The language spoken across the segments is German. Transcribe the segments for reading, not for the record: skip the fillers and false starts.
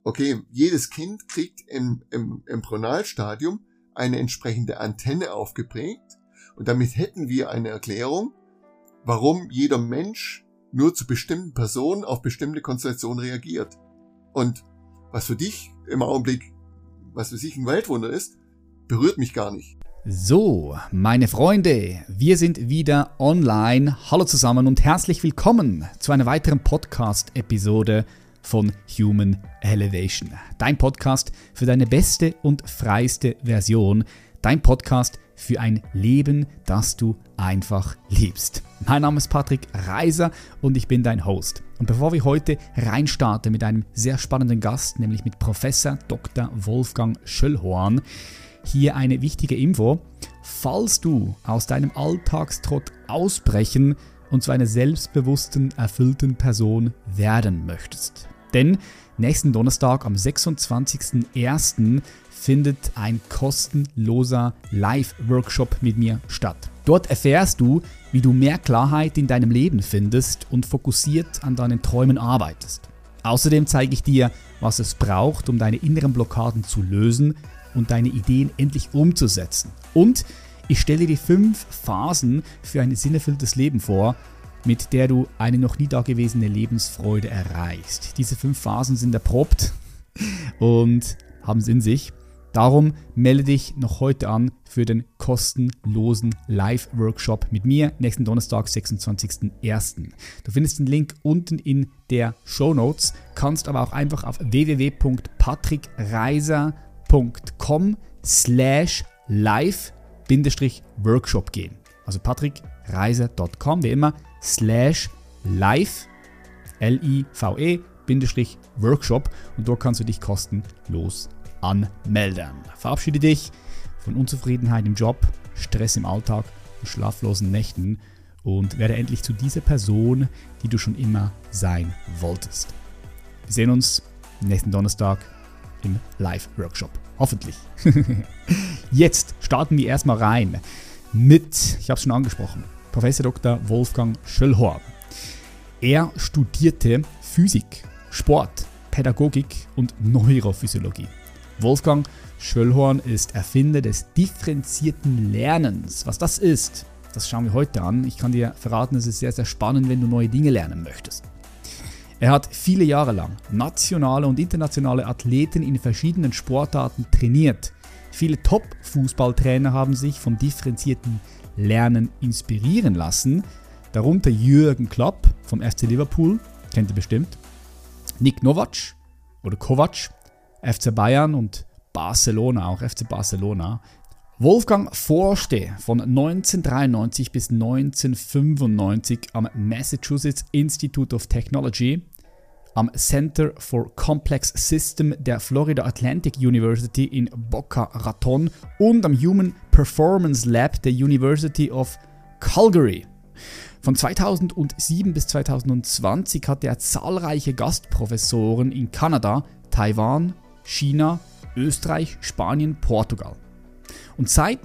Okay, jedes Kind kriegt im Embryonalstadium eine entsprechende Antenne aufgeprägt und damit hätten wir eine Erklärung, warum jeder Mensch nur zu bestimmten Personen auf bestimmte Konstellationen reagiert. Und was für dich im Augenblick, was für sich ein Weltwunder ist, berührt mich gar nicht. So, meine Freunde, wir sind wieder online. Hallo zusammen und herzlich willkommen zu einer weiteren Podcast-Episode von Human Elevation. Dein Podcast für deine beste und freiste Version. Dein Podcast für ein Leben, das du einfach liebst. Mein Name ist Patrick Reiser und ich bin dein Host. Und bevor wir heute reinstarten mit einem sehr spannenden Gast, nämlich mit Professor Dr. Wolfgang Schöllhorn, hier eine wichtige Info. Falls du aus deinem Alltagstrott ausbrechen und zu einer selbstbewussten, erfüllten Person werden möchtest. Denn nächsten Donnerstag am 26.01. findet ein kostenloser Live-Workshop mit mir statt. Dort erfährst du, wie du mehr Klarheit in deinem Leben findest und fokussiert an deinen Träumen arbeitest. Außerdem zeige ich dir, was es braucht, um deine inneren Blockaden zu lösen und deine Ideen endlich umzusetzen. Und ich stelle dir 5 Phasen für ein sinnerfülltes Leben vor, mit der du eine noch nie dagewesene Lebensfreude erreichst. Diese 5 Phasen sind erprobt und haben es in sich. Darum melde dich noch heute an für den kostenlosen Live-Workshop mit mir nächsten Donnerstag, 26.01. Du findest den Link unten in der Shownotes, kannst aber auch einfach auf www.patrickreiser.com/live-workshop gehen. Also patrickreiser.com, wie immer, /live, LIVE-Workshop und dort kannst du dich kostenlos anmelden. Verabschiede dich von Unzufriedenheit im Job, Stress im Alltag und schlaflosen Nächten und werde endlich zu dieser Person, die du schon immer sein wolltest. Wir sehen uns nächsten Donnerstag im Live-Workshop. Hoffentlich. Jetzt starten wir erstmal rein mit, ich habe es schon angesprochen, Professor Dr. Wolfgang Schöllhorn. Er studierte Physik, Sport, Pädagogik und Neurophysiologie. Wolfgang Schöllhorn ist Erfinder des differenzierten Lernens. Was das ist, das schauen wir heute an. Ich kann dir verraten, es ist sehr, sehr spannend, wenn du neue Dinge lernen möchtest. Er hat viele Jahre lang nationale und internationale Athleten in verschiedenen Sportarten trainiert. Viele Top-Fußballtrainer haben sich vom differenzierten Lernen inspirieren lassen. Darunter Jürgen Klopp vom FC Liverpool, kennt ihr bestimmt, Nick Nowac oder Kovac, FC Bayern und Barcelona, auch FC Barcelona. Wolfgang forschte von 1993 bis 1995 am Massachusetts Institute of Technology, am Center for Complex System der Florida Atlantic University in Boca Raton und am Human Performance Lab der University of Calgary. Von 2007 bis 2020 hatte er zahlreiche Gastprofessoren in Kanada, Taiwan, China, Österreich, Spanien, Portugal. Und seit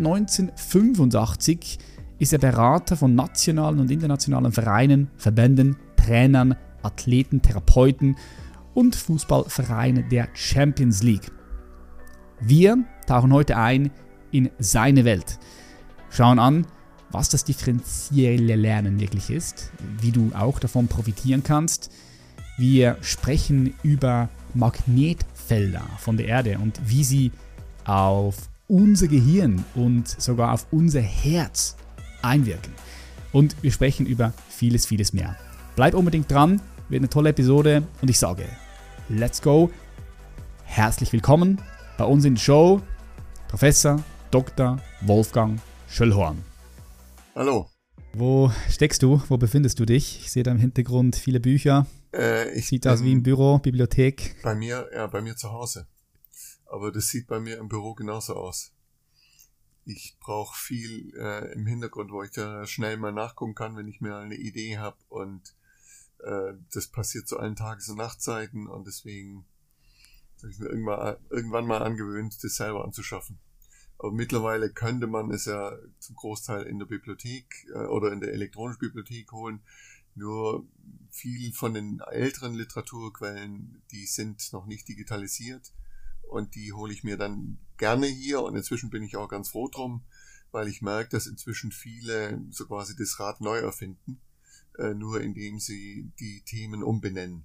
1985 ist er Berater von nationalen und internationalen Vereinen, Verbänden, Trainern, Athleten, Therapeuten und Fußballvereinen der Champions League. Wir tauchen heute ein in seine Welt, schauen an, was das differenzielle Lernen wirklich ist, wie du auch davon profitieren kannst. Wir sprechen über Magnetfelder von der Erde und wie sie auf unser Gehirn und sogar auf unser Herz einwirken. Und wir sprechen über vieles, vieles mehr. Bleib unbedingt dran, wird eine tolle Episode und ich sage, let's go. Herzlich willkommen bei uns in der Show, Professor Dr. Wolfgang Schöllhorn. Hallo. Wo steckst du? Wo befindest du dich? Ich sehe da im Hintergrund viele Bücher. Sieht aus wie im Büro, Bibliothek. Bei mir zu Hause. Aber das sieht bei mir im Büro genauso aus. Ich brauche viel im Hintergrund, wo ich da schnell mal nachgucken kann, wenn ich mir eine Idee habe. Und das passiert zu allen Tages- und Nachtzeiten. Und deswegen habe ich mir irgendwann mal angewöhnt, das selber anzuschaffen. Aber mittlerweile könnte man es ja zum Großteil in der Bibliothek oder in der elektronischen Bibliothek holen. Nur viel von den älteren Literaturquellen, die sind noch nicht digitalisiert und die hole ich mir dann gerne hier und inzwischen bin ich auch ganz froh drum, weil ich merke, dass inzwischen viele so quasi das Rad neu erfinden, nur indem sie die Themen umbenennen.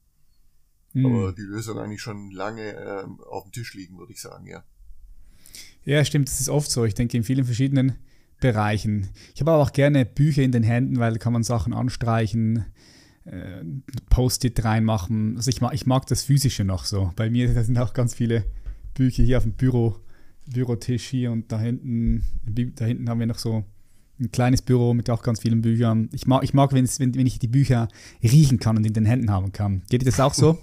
Aber die Lösung eigentlich schon lange auf dem Tisch liegen, würde ich sagen, ja. Ja, stimmt, das ist oft so. Ich denke in vielen verschiedenen Bereichen. Ich habe aber auch gerne Bücher in den Händen, weil da kann man Sachen anstreichen, Post-it reinmachen. Also ich mag das Physische noch so. Bei mir sind auch ganz viele Bücher hier auf dem Bürotisch hier und da hinten haben wir noch so ein kleines Büro mit auch ganz vielen Büchern. Ich mag wenn ich die Bücher riechen kann und in den Händen haben kann. Geht dir das auch so?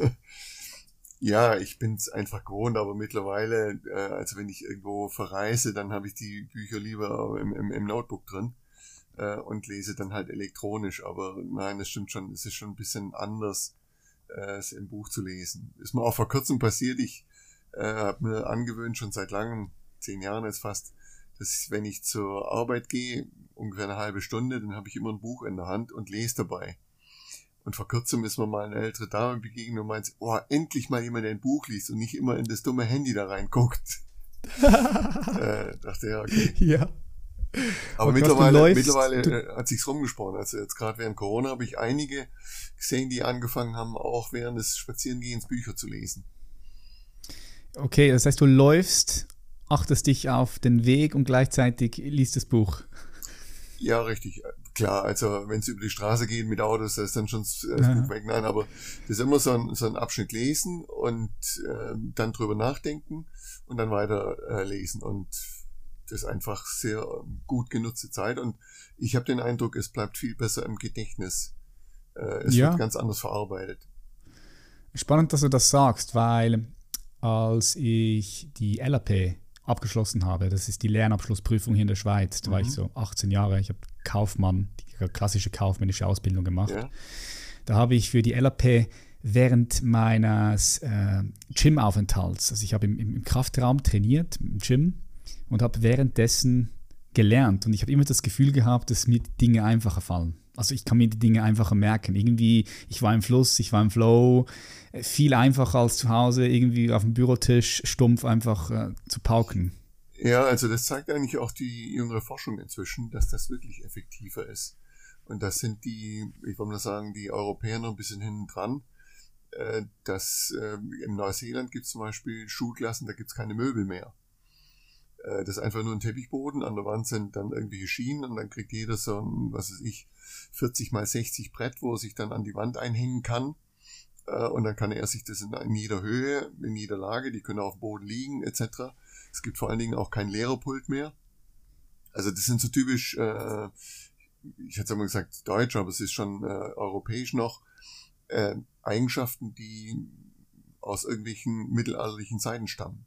Ja, ich bin's einfach gewohnt, aber mittlerweile, also wenn ich irgendwo verreise, dann habe ich die Bücher lieber im Notebook drin und lese dann halt elektronisch. Aber nein, das stimmt schon, es ist schon ein bisschen anders, es im Buch zu lesen. Ist mir auch vor kurzem passiert, ich habe mir angewöhnt, schon seit langem, 10 Jahren jetzt fast, dass wenn ich zur Arbeit gehe, ungefähr eine halbe Stunde, dann habe ich immer ein Buch in der Hand und lese dabei. Und vor kurzem ist mir mal eine ältere Dame begegnet und meint, oh, endlich mal jemand, der ein Buch liest und nicht immer in das dumme Handy da reinguckt. Dachte ja, okay. Ja. Aber mittlerweile hat sich's rumgesprochen. Also jetzt gerade während Corona habe ich einige gesehen, die angefangen haben, auch während des Spazierengehens Bücher zu lesen. Okay, das heißt, du läufst, achtest dich auf den Weg und gleichzeitig liest das Buch. Ja, richtig. Klar, also wenn es über die Straße geht mit Autos, da ist dann schon das Buch weg. Nein, aber das ist immer so ein Abschnitt lesen und dann drüber nachdenken und dann weiter lesen. Und das ist einfach sehr gut genutzte Zeit. Und ich habe den Eindruck, es bleibt viel besser im Gedächtnis. Es wird ganz anders verarbeitet. Spannend, dass du das sagst, weil als ich die LAP abgeschlossen habe, das ist die Lernabschlussprüfung hier in der Schweiz, da war ich so 18 Jahre, ich habe Kaufmann, die klassische kaufmännische Ausbildung gemacht. Ja. Da habe ich für die LAP während meines Gym-Aufenthalts, also ich habe im Kraftraum trainiert, im Gym und habe währenddessen gelernt und ich habe immer das Gefühl gehabt, dass mir die Dinge einfacher fallen. Also ich kann mir die Dinge einfacher merken. Irgendwie, ich war im Fluss, ich war im Flow, viel einfacher als zu Hause, irgendwie auf dem Bürotisch stumpf einfach zu pauken. Ja, also das zeigt eigentlich auch die jüngere Forschung inzwischen, dass das wirklich effektiver ist. Und das sind ich würde mal sagen, die Europäer noch ein bisschen hinten dran. In Neuseeland gibt es zum Beispiel Schulklassen, da gibt es keine Möbel mehr. Das ist einfach nur ein Teppichboden, an der Wand sind dann irgendwelche Schienen und dann kriegt jeder so ein, 40x60 Brett, wo er sich dann an die Wand einhängen kann. Und dann kann er sich das in jeder Höhe, in jeder Lage, die können auf dem Boden liegen, etc. Es gibt vor allen Dingen auch kein Lehrerpult mehr. Also das sind so typisch, ich hätte mal gesagt deutsch, aber es ist schon europäisch noch, Eigenschaften, die aus irgendwelchen mittelalterlichen Zeiten stammen.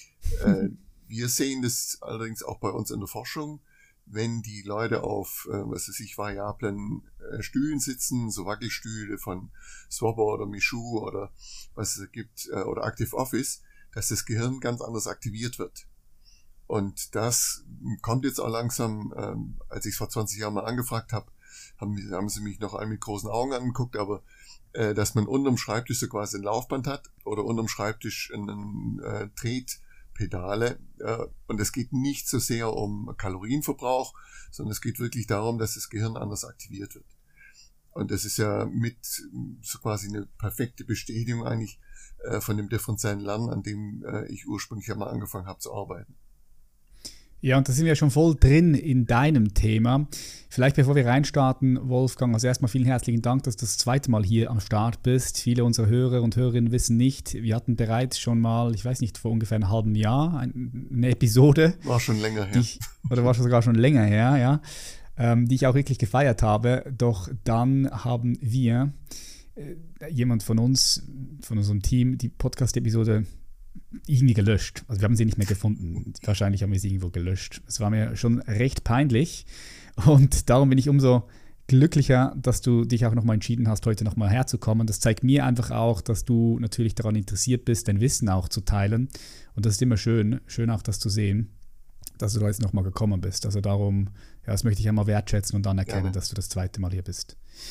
Wir sehen das allerdings auch bei uns in der Forschung, wenn die Leute auf, variablen Stühlen sitzen, so Wackelstühle von Swabber oder Michoud oder was es gibt, oder Active Office, dass das Gehirn ganz anders aktiviert wird. Und das kommt jetzt auch langsam, als ich es vor 20 Jahren mal angefragt habe, haben sie mich noch mit großen Augen angeguckt, aber dass man unterm Schreibtisch so quasi ein Laufband hat oder unterm Schreibtisch einen Tretpedale. Und es geht nicht so sehr um Kalorienverbrauch, sondern es geht wirklich darum, dass das Gehirn anders aktiviert wird. Und das ist ja mit so quasi eine perfekte Bestätigung eigentlich von dem differenziellen Lernen, an dem ich ursprünglich einmal angefangen habe zu arbeiten. Ja, und da sind wir schon voll drin in deinem Thema. Vielleicht bevor wir reinstarten, Wolfgang, also erstmal vielen herzlichen Dank, dass du das zweite Mal hier am Start bist. Viele unserer Hörer und Hörerinnen wissen nicht, wir hatten bereits schon mal, ich weiß nicht, vor ungefähr einem halben Jahr eine Episode. War schon länger her. War sogar schon länger her, ja. Die ich auch wirklich gefeiert habe. Doch dann haben wir, jemand von uns, von unserem Team, die Podcast-Episode irgendwie gelöscht. Also wir haben sie nicht mehr gefunden. Wahrscheinlich haben wir sie irgendwo gelöscht. Es war mir schon recht peinlich und darum bin ich umso glücklicher, dass du dich auch nochmal entschieden hast, heute nochmal herzukommen. Das zeigt mir einfach auch, dass du natürlich daran interessiert bist, dein Wissen auch zu teilen und das ist immer schön auch das zu sehen, dass du da jetzt nochmal gekommen bist. Also darum, ja, das möchte ich einmal wertschätzen und anerkennen, dass du das zweite Mal hier bist.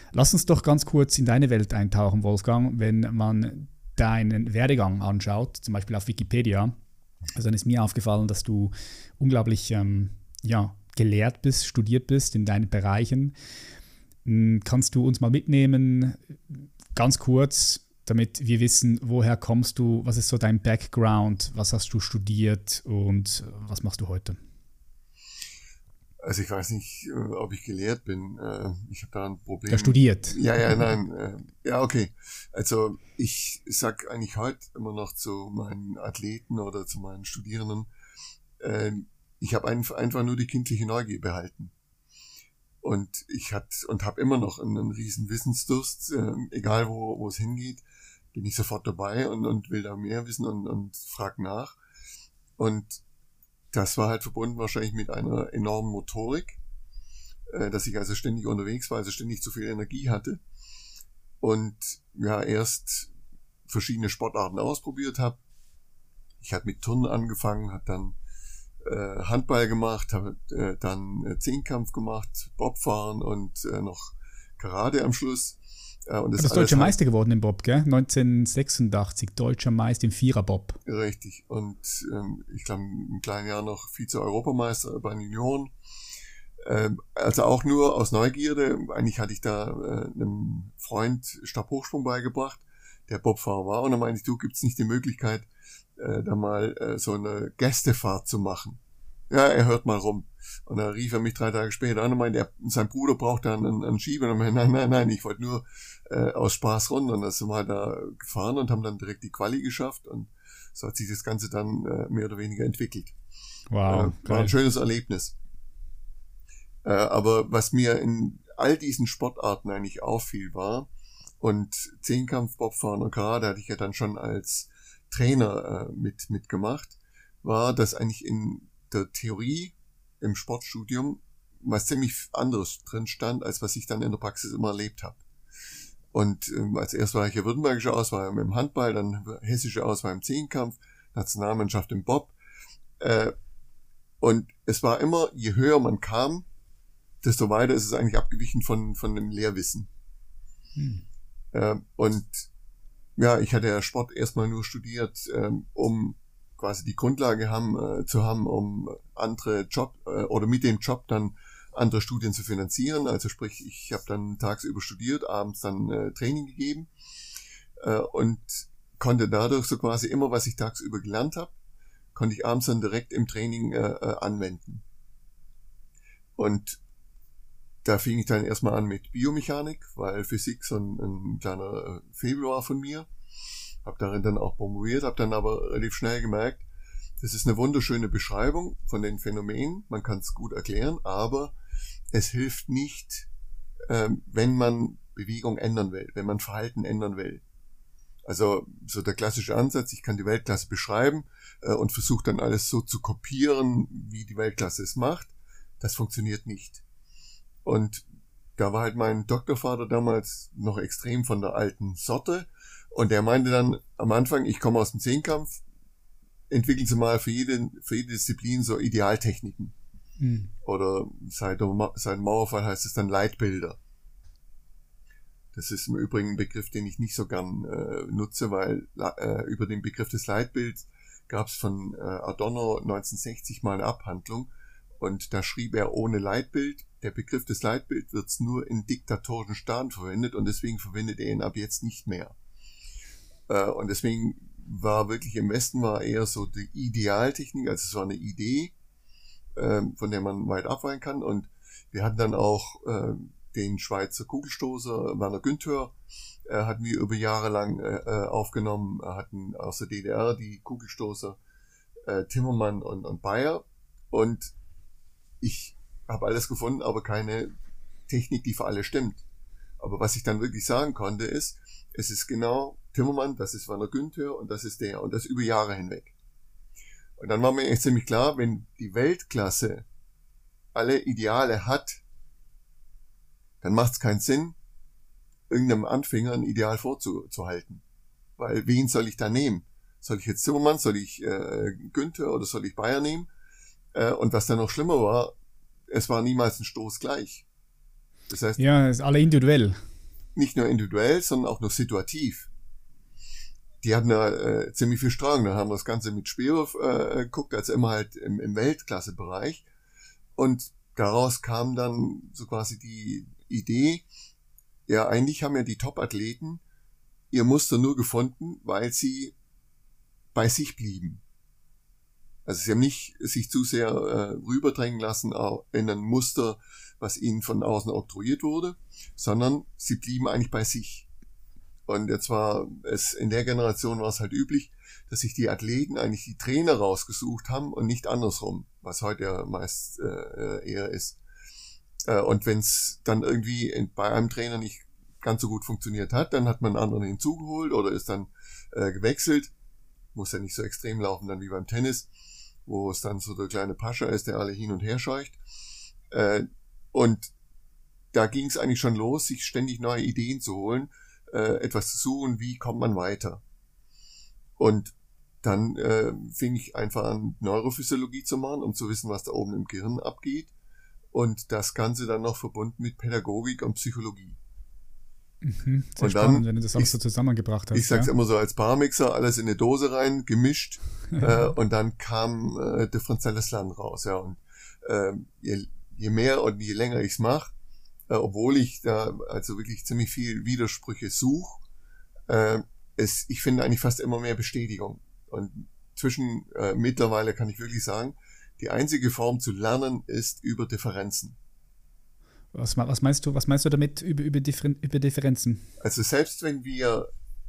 Lass uns doch ganz kurz in deine Welt eintauchen, Wolfgang. Wenn man deinen Werdegang anschaut, zum Beispiel auf Wikipedia, also dann ist mir aufgefallen, dass du unglaublich gelehrt bist, studiert bist in deinen Bereichen. Kannst du uns mal mitnehmen, ganz kurz, damit wir wissen, woher kommst du, was ist so dein Background, was hast du studiert und was machst du heute? Also ich weiß nicht, ob ich gelehrt bin. Ich habe da ein Problem. Ja, studiert. Ja, nein. Ja, okay. Also ich sag eigentlich heute immer noch zu meinen Athleten oder zu meinen Studierenden, ich habe einfach nur die kindliche Neugier behalten. Und habe immer noch einen riesen Wissensdurst, egal wo es hingeht, bin ich sofort dabei und will da mehr wissen und frage nach. Und das war halt verbunden wahrscheinlich mit einer enormen Motorik, dass ich also ständig unterwegs war, also ständig zu viel Energie hatte und ja erst verschiedene Sportarten ausprobiert habe. Ich habe mit Turnen angefangen, habe dann Handball gemacht, habe dann Zehnkampf gemacht, Bobfahren und noch Karate am Schluss. Und du bist deutscher Meister geworden im Bob, gell? 1986, deutscher Meister im Vierer-Bob. Richtig. Und ich glaube, im kleinen Jahr noch Vize-Europameister bei den Junioren. Also auch nur aus Neugierde. Eigentlich hatte ich da einem Freund Stabhochsprung beigebracht, der Bobfahrer war. Und dann meinte ich, du, gibt's nicht die Möglichkeit, da mal so eine Gästefahrt zu machen? Ja, er hört mal rum. Und dann rief er mich 3 Tage später an und meinte, sein Bruder braucht da einen Schieber. Und dann meinte, nein, ich wollte nur aus Spaß runter. Und dann sind wir halt da gefahren und haben dann direkt die Quali geschafft. Und so hat sich das Ganze dann mehr oder weniger entwickelt. Wow. War ein schönes Erlebnis. Aber was mir in all diesen Sportarten eigentlich auffiel war, und Zehnkampf, Bobfahren und Karate hatte ich ja dann schon als Trainer mitgemacht, war, dass eigentlich in der Theorie im Sportstudium was ziemlich anderes drin stand, als was ich dann in der Praxis immer erlebt habe. Und als erst war ich ja württembergische Auswahl im Handball, dann hessische Auswahl im Zehnkampf, Nationalmannschaft im Bob. Und es war immer, je höher man kam, desto weiter ist es eigentlich abgewichen von dem Lehrwissen. Und ja, ich hatte ja Sport erstmal nur studiert, um quasi die Grundlage zu haben, um andere Job oder mit dem Job dann andere Studien zu finanzieren. Also sprich, ich habe dann tagsüber studiert, abends dann Training gegeben und konnte dadurch so quasi immer, was ich tagsüber gelernt habe, konnte ich abends dann direkt im Training anwenden. Und da fing ich dann erstmal an mit Biomechanik, weil Physik so ein kleiner Faible war von mir. Habe darin dann auch promoviert, habe dann aber relativ schnell gemerkt, das ist eine wunderschöne Beschreibung von den Phänomenen, man kann es gut erklären, aber es hilft nicht, wenn man Bewegung ändern will, wenn man Verhalten ändern will. Also so der klassische Ansatz, ich kann die Weltklasse beschreiben und versuche dann alles so zu kopieren, wie die Weltklasse es macht, das funktioniert nicht. Und da war halt mein Doktorvater damals noch extrem von der alten Sorte. Und der meinte dann am Anfang, ich komme aus dem Zehnkampf, entwickeln Sie mal für jede Disziplin so Idealtechniken. Oder seit dem Mauerfall heißt es dann Leitbilder. Das ist im Übrigen ein Begriff, den ich nicht so gern nutze, weil über den Begriff des Leitbilds gab es von Adorno 1960 mal eine Abhandlung. Und da schrieb er ohne Leitbild, der Begriff des Leitbilds wird nur in diktatorischen Staaten verwendet und deswegen verwendet er ihn ab jetzt nicht mehr. Und deswegen war wirklich im Westen war eher so die Idealtechnik, also es war eine Idee, von der man weit abweichen kann. Und wir hatten dann auch den Schweizer Kugelstoßer Werner Günther, hatten wir über Jahre lang aufgenommen, hatten aus der DDR die Kugelstoßer Timmermann und Bayer. Und ich habe alles gefunden, aber keine Technik, die für alle stimmt. Aber was ich dann wirklich sagen konnte, ist, es ist genau Timmermann, das ist Werner Günther und das ist der und das über Jahre hinweg. Und dann war mir echt ziemlich klar, wenn die Weltklasse alle Ideale hat, dann macht es keinen Sinn, irgendeinem Anfänger ein Ideal vorzuhalten. Weil wen soll ich da nehmen? Soll ich jetzt Timmermann, soll ich Günther oder soll ich Bayer nehmen? Und was dann noch schlimmer war, es war niemals ein Stoß gleich. Das heißt, ja, es ist alle individuell. nicht nur individuell, sondern auch noch situativ. Die hatten da ziemlich viel Strang. Da haben wir das Ganze mit Spielwurf geguckt, also immer halt im Weltklassebereich. Und daraus kam dann so quasi die Idee, ja, eigentlich haben ja die Top-Athleten ihr Muster nur gefunden, weil sie bei sich blieben. Also sie haben nicht sich zu sehr rüberdrängen lassen in ein Muster, was ihnen von außen oktroyiert wurde, sondern sie blieben eigentlich bei sich. Und jetzt in der Generation war es halt üblich, dass sich die Athleten eigentlich die Trainer rausgesucht haben und nicht andersrum, was heute ja meist eher ist. Und wenn es dann irgendwie bei einem Trainer nicht ganz so gut funktioniert hat, dann hat man einen anderen hinzugeholt oder ist dann gewechselt. Muss ja nicht so extrem laufen dann wie beim Tennis, wo es dann so der kleine Pascha ist, der alle hin und her scheucht. Und da ging es eigentlich schon los, sich ständig neue Ideen zu holen, etwas zu suchen, wie kommt man weiter. Und dann fing ich einfach an, Neurophysiologie zu machen, um zu wissen, was da oben im Gehirn abgeht. Und das Ganze dann noch verbunden mit Pädagogik und Psychologie. Mhm, sehr und spannend, dann, wenn du das alles so zusammengebracht hast. Ich sag's immer so als Barmixer, alles in eine Dose rein, gemischt. Und dann kam differenzielles Lernen raus. Ja. Und je mehr und je länger ich's mache, obwohl ich da also wirklich ziemlich viel Widersprüche suche, ich finde eigentlich fast immer mehr Bestätigung. Und mittlerweile kann ich wirklich sagen, die einzige Form zu lernen ist über Differenzen. Was meinst du damit über Differenzen? Also selbst wenn wir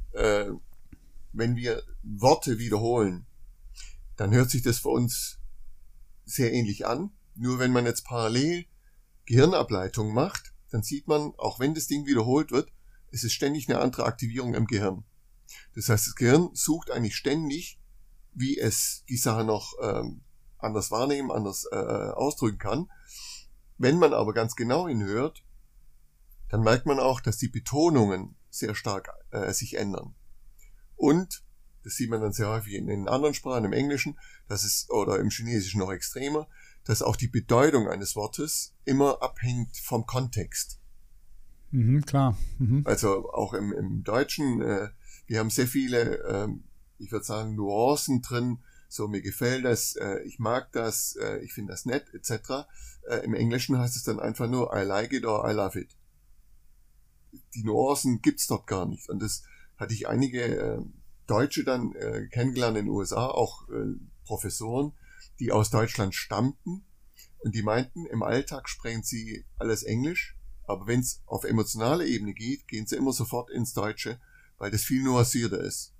Worte wiederholen, dann hört sich das für uns sehr ähnlich an. Nur wenn man jetzt parallel Gehirnableitung macht, dann sieht man, auch wenn das Ding wiederholt wird, es ist ständig eine andere Aktivierung im Gehirn. Das heißt, das Gehirn sucht eigentlich ständig, wie es die Sache noch anders wahrnehmen, anders ausdrücken kann. Wenn man aber ganz genau hinhört, dann merkt man auch, dass die Betonungen sehr stark sich ändern. Und, das sieht man dann sehr häufig in den anderen Sprachen, im Englischen, oder im Chinesischen noch extremer, dass auch die Bedeutung eines Wortes immer abhängt vom Kontext. Mhm, klar. Mhm. Also auch im Deutschen, wir haben sehr viele, ich würde sagen, Nuancen drin, so mir gefällt das, ich mag das, ich finde das nett, etc. Im Englischen heißt es dann einfach nur I like it or I love it. Die Nuancen gibt's dort gar nicht. Und das hatte ich einige Deutsche dann kennengelernt in den USA, auch Professoren, die aus Deutschland stammten und die meinten, im Alltag sprechen sie alles Englisch, aber wenn es auf emotionale Ebene geht, gehen sie immer sofort ins Deutsche, weil das viel nuancierter ist.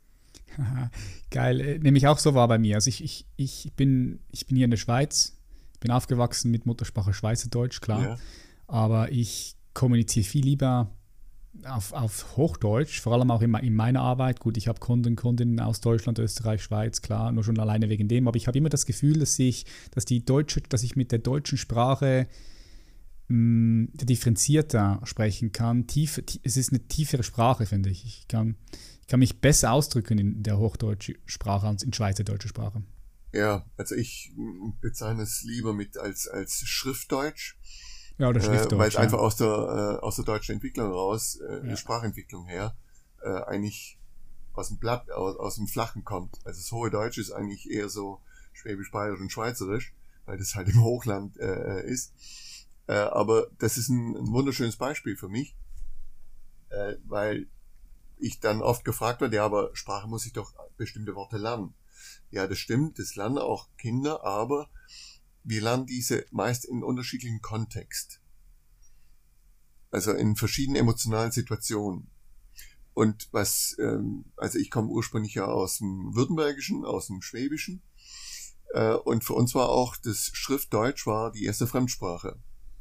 Geil, nämlich auch so war bei mir. Also ich bin hier in der Schweiz, bin aufgewachsen mit Muttersprache Schweizerdeutsch, klar, ja. Aber ich kommuniziere viel lieber auf Hochdeutsch, vor allem auch in meiner Arbeit. Gut, ich habe Kundinnen aus Deutschland, Österreich, Schweiz, klar, nur schon alleine wegen dem. Aber ich habe immer das Gefühl, dass ich mit der deutschen Sprache differenzierter sprechen kann. Es ist eine tiefere Sprache, finde ich. Ich kann mich besser ausdrücken in der hochdeutschen Sprache als in schweizerdeutscher Sprache. Ja, also ich bezeichne es lieber als Schriftdeutsch. Ja, oder Schriftdeutsch. Weil es einfach aus der deutschen Entwicklung raus, Sprachentwicklung her, eigentlich aus dem Flachen kommt. Also das hohe Deutsch ist eigentlich eher so Schwäbisch, Bayerisch und Schweizerisch, weil das halt im Hochland ist. Aber das ist ein wunderschönes Beispiel für mich, weil ich dann oft gefragt werde, ja, aber Sprache muss ich doch bestimmte Worte lernen. Ja, das stimmt, das lernen auch Kinder, aber wir lernen diese meist in unterschiedlichen Kontext. Also in verschiedenen emotionalen Situationen. Und also ich komme ursprünglich ja aus dem Württembergischen, aus dem Schwäbischen. Und für uns war auch das Schriftdeutsch war die erste Fremdsprache.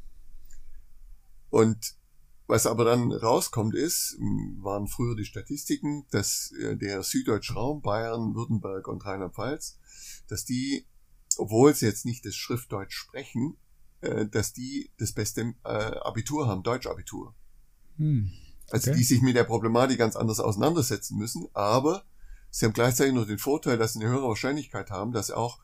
Und was aber dann rauskommt waren früher die Statistiken, dass der süddeutsche Raum, Bayern, Württemberg und Rheinland-Pfalz, dass die, obwohl sie jetzt nicht das Schriftdeutsch sprechen, dass die das beste Abitur haben, Deutschabitur. Okay. Also die sich mit der Problematik ganz anders auseinandersetzen müssen, aber sie haben gleichzeitig noch den Vorteil, dass sie eine höhere Wahrscheinlichkeit haben, dass sie auch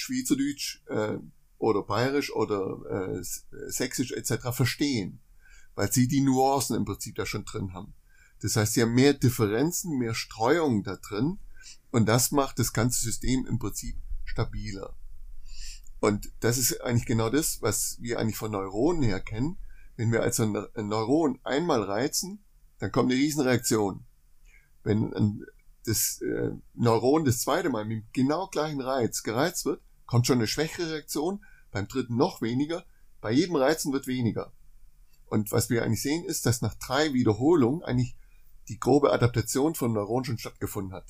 Schweizerdeutsch oder Bayerisch oder Sächsisch etc. verstehen. weil sie die Nuancen im Prinzip da schon drin haben. Das heißt, sie haben mehr Differenzen, mehr Streuungen da drin und das macht das ganze System im Prinzip stabiler. Und das ist eigentlich genau das, was wir eigentlich von Neuronen her kennen. Wenn wir also ein Neuron einmal reizen, dann kommt eine Riesenreaktion. Wenn das Neuron das zweite Mal mit dem genau gleichen Reiz gereizt wird, kommt schon eine schwächere Reaktion, beim dritten noch weniger, bei jedem Reizen wird weniger. Und was wir eigentlich sehen, ist, dass nach 3 Wiederholungen eigentlich die grobe Adaptation von Neuronen schon stattgefunden hat.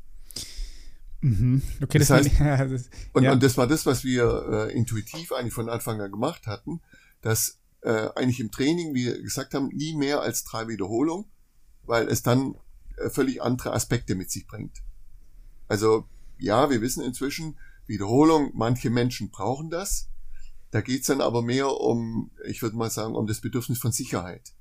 Mhm. Okay, das heißt, ja. und das war das, was wir intuitiv eigentlich von Anfang an gemacht hatten, dass eigentlich im Training wir gesagt haben, nie mehr als 3 Wiederholungen, weil es dann völlig andere Aspekte mit sich bringt. Also ja, wir wissen inzwischen, Wiederholung, manche Menschen brauchen das. Da geht's dann aber mehr um, ich würde mal sagen, um das Bedürfnis von Sicherheit.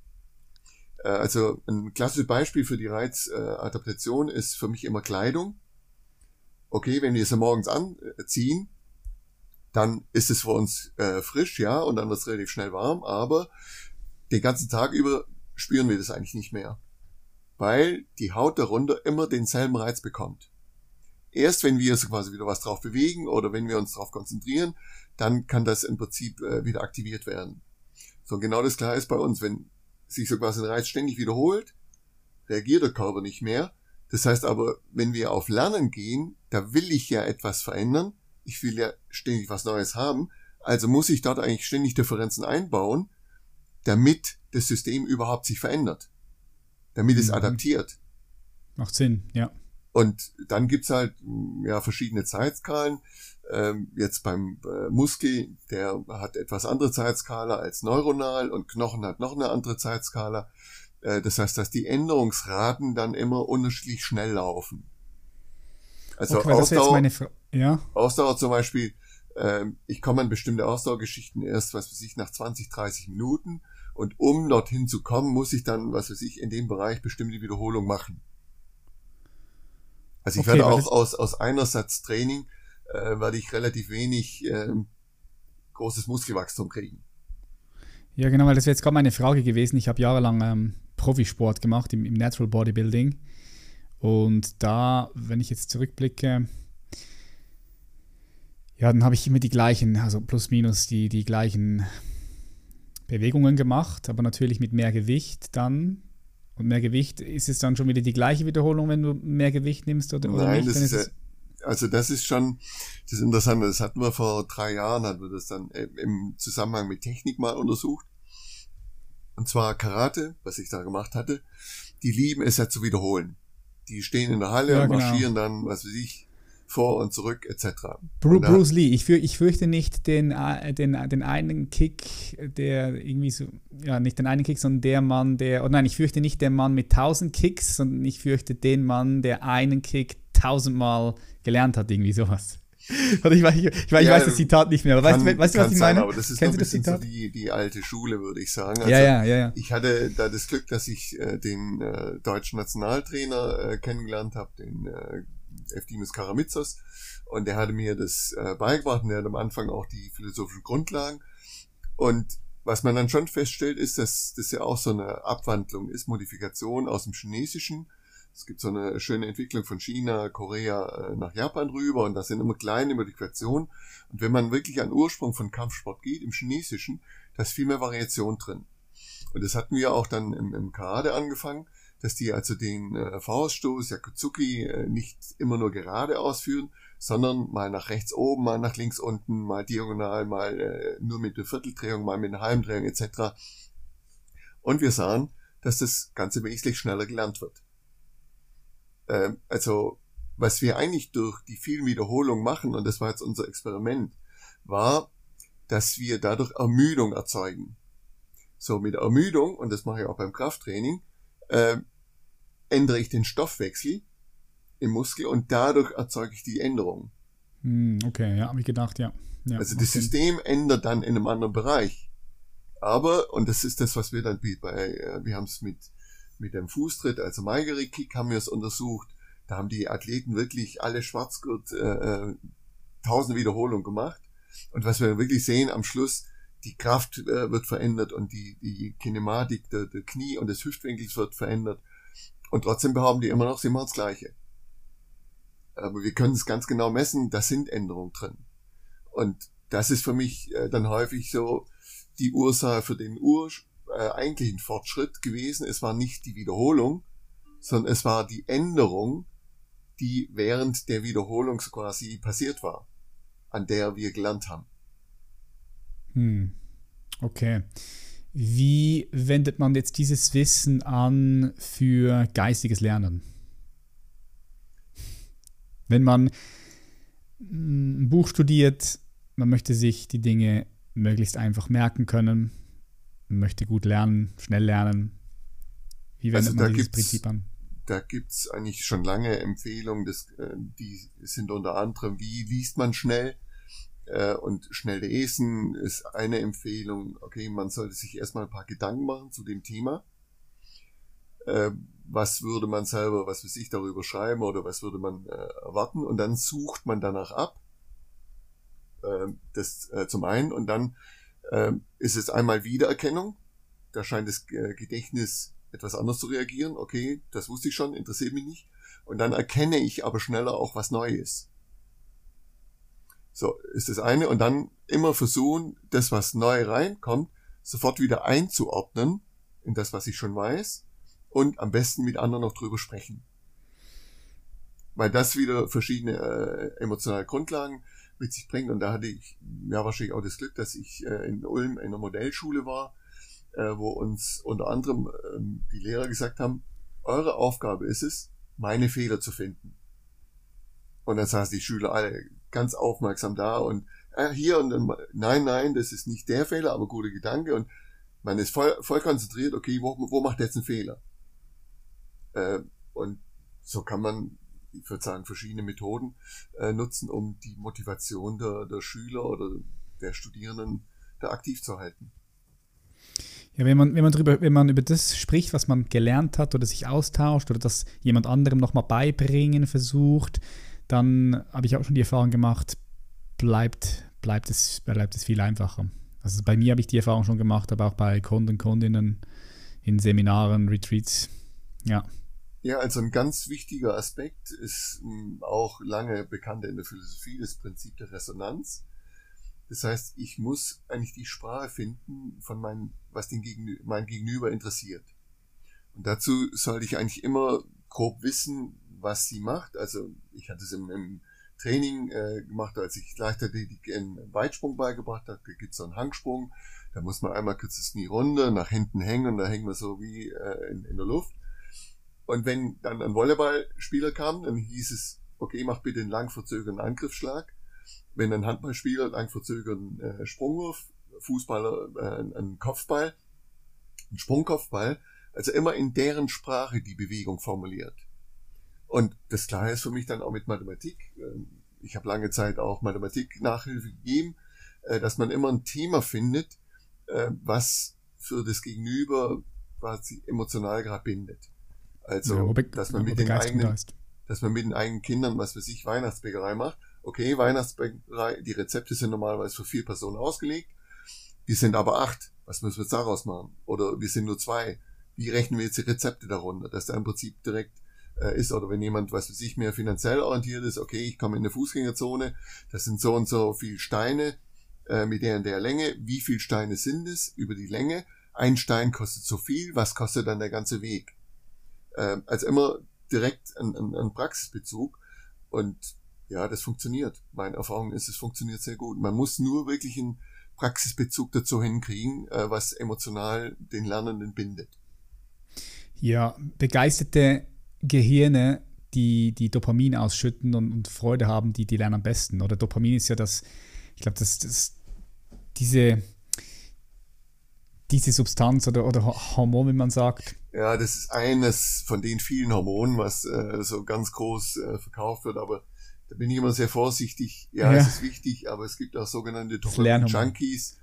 Also ein klassisches Beispiel für die Reizadaptation ist für mich immer Kleidung. Okay, wenn wir es morgens anziehen, dann ist es für uns frisch, ja, und dann wird es relativ schnell warm, aber den ganzen Tag über spüren wir das eigentlich nicht mehr, weil die Haut darunter immer denselben Reiz bekommt. Erst wenn wir so quasi wieder was drauf bewegen oder wenn wir uns darauf konzentrieren, dann kann das im Prinzip wieder aktiviert werden. So, und genau das klar ist bei uns, wenn sich so quasi ein Reiz ständig wiederholt, reagiert der Körper nicht mehr. Das heißt aber, wenn wir auf Lernen gehen, da will ich ja etwas verändern, ich will ja ständig was Neues haben, also muss ich dort eigentlich ständig Differenzen einbauen, damit das System überhaupt sich verändert, damit es adaptiert. Macht Sinn, ja. Und dann gibt's halt ja verschiedene Zeitskalen. Jetzt beim Muskel, der hat etwas andere Zeitskala als neuronal und Knochen hat noch eine andere Zeitskala. Das heißt, dass die Änderungsraten dann immer unterschiedlich schnell laufen. Also okay, Ausdauer, ja? Ausdauer zum Beispiel, ich komme an bestimmte Ausdauergeschichten erst, was weiß ich, nach 20, 30 Minuten. Und um dorthin zu kommen, muss ich dann, was weiß ich, in dem Bereich bestimmte Wiederholung machen. Also ich werde auch aus Einersatztraining werde ich relativ wenig großes Muskelwachstum kriegen. Ja, genau, weil das wäre jetzt gerade meine Frage gewesen. Ich habe jahrelang Profisport gemacht im Natural Bodybuilding. Und da, wenn ich jetzt zurückblicke, ja, dann habe ich immer die gleichen, also plus minus die gleichen Bewegungen gemacht, aber natürlich mit mehr Gewicht dann. Und mehr Gewicht, ist es dann schon wieder die gleiche Wiederholung, wenn du mehr Gewicht nimmst oder Nein, nicht? Das ist schon das Interessante. Das hatten wir vor 3 Jahren, hatten wir das dann im Zusammenhang mit Technik mal untersucht. Und zwar Karate, was ich da gemacht hatte. Die lieben es ja zu wiederholen. Die stehen in der Halle und marschieren dann, was weiß ich, vor und zurück etc. Bruce Lee, ich fürchte nicht den einen Kick, der irgendwie so, ja, nicht den einen Kick, sondern der Mann, ich fürchte nicht den Mann mit 1000 Kicks, sondern ich fürchte den Mann, der einen Kick 1000-mal gelernt hat, irgendwie sowas. Oder ich weiß das Zitat nicht mehr, aber weißt du, was ich meine? Aber das ist noch ein bisschen so die alte Schule, würde ich sagen. Also ja. Ich hatte da das Glück, dass ich den deutschen Nationaltrainer kennengelernt habe, den Eftimis Karamitsos, und der hatte mir das beigebracht und der hat am Anfang auch die philosophischen Grundlagen. Und was man dann schon feststellt, ist, dass das ja auch so eine Abwandlung ist, Modifikation aus dem Chinesischen. Es gibt so eine schöne Entwicklung von China, Korea nach Japan rüber und das sind immer kleine Modifikationen. Und wenn man wirklich an den Ursprung von Kampfsport geht, im Chinesischen, da ist viel mehr Variation drin. Und das hatten wir auch dann im Karate angefangen, dass die also den Fauststoß, Yakutsuki, nicht immer nur gerade ausführen, sondern mal nach rechts oben, mal nach links unten, mal diagonal, mal nur mit einer Vierteldrehung, mal mit einer halben Drehung etc. Und wir sahen, dass das Ganze wesentlich schneller gelernt wird. Also was wir eigentlich durch die vielen Wiederholungen machen, und das war jetzt unser Experiment, war, dass wir dadurch Ermüdung erzeugen. So, mit Ermüdung, und das mache ich auch beim Krafttraining, ändere ich den Stoffwechsel im Muskel und dadurch erzeuge ich die Änderung. Okay, ja, habe ich gedacht, ja. Also das System ändert dann in einem anderen Bereich. Aber, und das ist das, was wir dann wir haben es mit dem Fußtritt, also Maigeri Kick, haben wir es untersucht. Da haben die Athleten wirklich alle Schwarzgurt 1000 Wiederholungen gemacht. Und was wir wirklich sehen am Schluss, die Kraft wird verändert und die Kinematik der Knie und des Hüftwinkels wird verändert. Und trotzdem behaupten die immer noch, sie machen das Gleiche. Aber wir können es ganz genau messen, da sind Änderungen drin. Und das ist für mich dann häufig so die Ursache für den eigentlichen Fortschritt gewesen. Es war nicht die Wiederholung, sondern es war die Änderung, die während der Wiederholung so quasi passiert war, an der wir gelernt haben. Okay. Wie wendet man jetzt dieses Wissen an für geistiges Lernen? Wenn man ein Buch studiert, man möchte sich die Dinge möglichst einfach merken können, man möchte gut lernen, schnell lernen. Wie wendet man dieses Prinzip an? Da gibt's eigentlich schon lange Empfehlungen, die sind unter anderem, wie liest man schnell? Und schnell lesen ist eine Empfehlung. Okay, man sollte sich erstmal ein paar Gedanken machen zu dem Thema. Was würde man selber, was weiß ich, darüber schreiben oder was würde man erwarten? Und dann sucht man danach ab. Das zum einen. Und dann ist es einmal Wiedererkennung. Da scheint das Gedächtnis etwas anders zu reagieren. Okay, das wusste ich schon, interessiert mich nicht. Und dann erkenne ich aber schneller auch was Neues. So, ist das eine. Und dann immer versuchen, das, was neu reinkommt, sofort wieder einzuordnen in das, was ich schon weiß. Und am besten mit anderen noch drüber sprechen. Weil das wieder verschiedene emotionale Grundlagen mit sich bringt. Und da hatte ich ja wahrscheinlich auch das Glück, dass ich in Ulm in einer Modellschule war, wo uns unter anderem die Lehrer gesagt haben, eure Aufgabe ist es, meine Fehler zu finden. Und dann saßen die Schüler alle ganz aufmerksam da und hier und dann, nein, das ist nicht der Fehler, aber guter Gedanke. Und man ist voll konzentriert, okay, wo macht jetzt einen Fehler? Und so kann man, ich würde sagen, verschiedene Methoden nutzen, um die Motivation der Schüler oder der Studierenden da aktiv zu halten. Ja, wenn man über das spricht, was man gelernt hat oder sich austauscht oder das jemand anderem nochmal beibringen versucht, dann habe ich auch schon die Erfahrung gemacht, bleibt es viel einfacher. Also bei mir habe ich die Erfahrung schon gemacht, aber auch bei Kunden und Kundinnen in Seminaren, Retreats. Ja. Ja, also ein ganz wichtiger Aspekt ist auch lange bekannt in der Philosophie, das Prinzip der Resonanz. Das heißt, ich muss eigentlich die Sprache finden, was mein Gegenüber interessiert. Und dazu sollte ich eigentlich immer grob wissen, was sie macht. Also ich hatte es im Training gemacht, als ich Leichtathletik einen Weitsprung beigebracht habe. Da gibt es so einen Hangsprung. Da muss man einmal kurz das Knie runter, nach hinten hängen und da hängen wir so wie in der Luft. Und wenn dann ein Volleyballspieler kam, dann hieß es, okay, mach bitte einen lang verzögerten Angriffsschlag. Wenn ein Handballspieler lang verzögerten Sprungwurf, Fußballer einen Kopfball, einen Sprungkopfball, also immer in deren Sprache die Bewegung formuliert. Und das Gleiche ist für mich dann auch mit Mathematik. Ich habe lange Zeit auch Mathematik-Nachhilfe gegeben, dass man immer ein Thema findet, was für das Gegenüber quasi emotional gerade bindet. Also, dass man mit den eigenen Kindern, was weiß ich, Weihnachtsbäckerei macht. Okay, Weihnachtsbäckerei, die Rezepte sind normalerweise für 4 Personen ausgelegt. Wir sind aber 8. Was müssen wir jetzt daraus machen? Oder wir sind nur 2. Wie rechnen wir jetzt die Rezepte darunter? Dass da im Prinzip direkt ist, oder wenn jemand, was weiß ich, mehr finanziell orientiert ist, okay, ich komme in eine Fußgängerzone, das sind so und so viele Steine mit der und der Länge. Wie viele Steine sind es über die Länge? Ein Stein kostet so viel, was kostet dann der ganze Weg? Also immer direkt ein Praxisbezug. Und ja, das funktioniert. Meine Erfahrung ist, es funktioniert sehr gut. Man muss nur wirklich einen Praxisbezug dazu hinkriegen, was emotional den Lernenden bindet. Ja, begeisterte Gehirne, die Dopamin ausschütten und Freude haben, die lernen am besten. Oder Dopamin ist ja diese Substanz oder Hormon, wie man sagt. Ja, das ist eines von den vielen Hormonen, was so ganz groß verkauft wird, aber da bin ich immer sehr vorsichtig. Ja, es ist wichtig, aber es gibt auch sogenannte Dopamin-Junkies.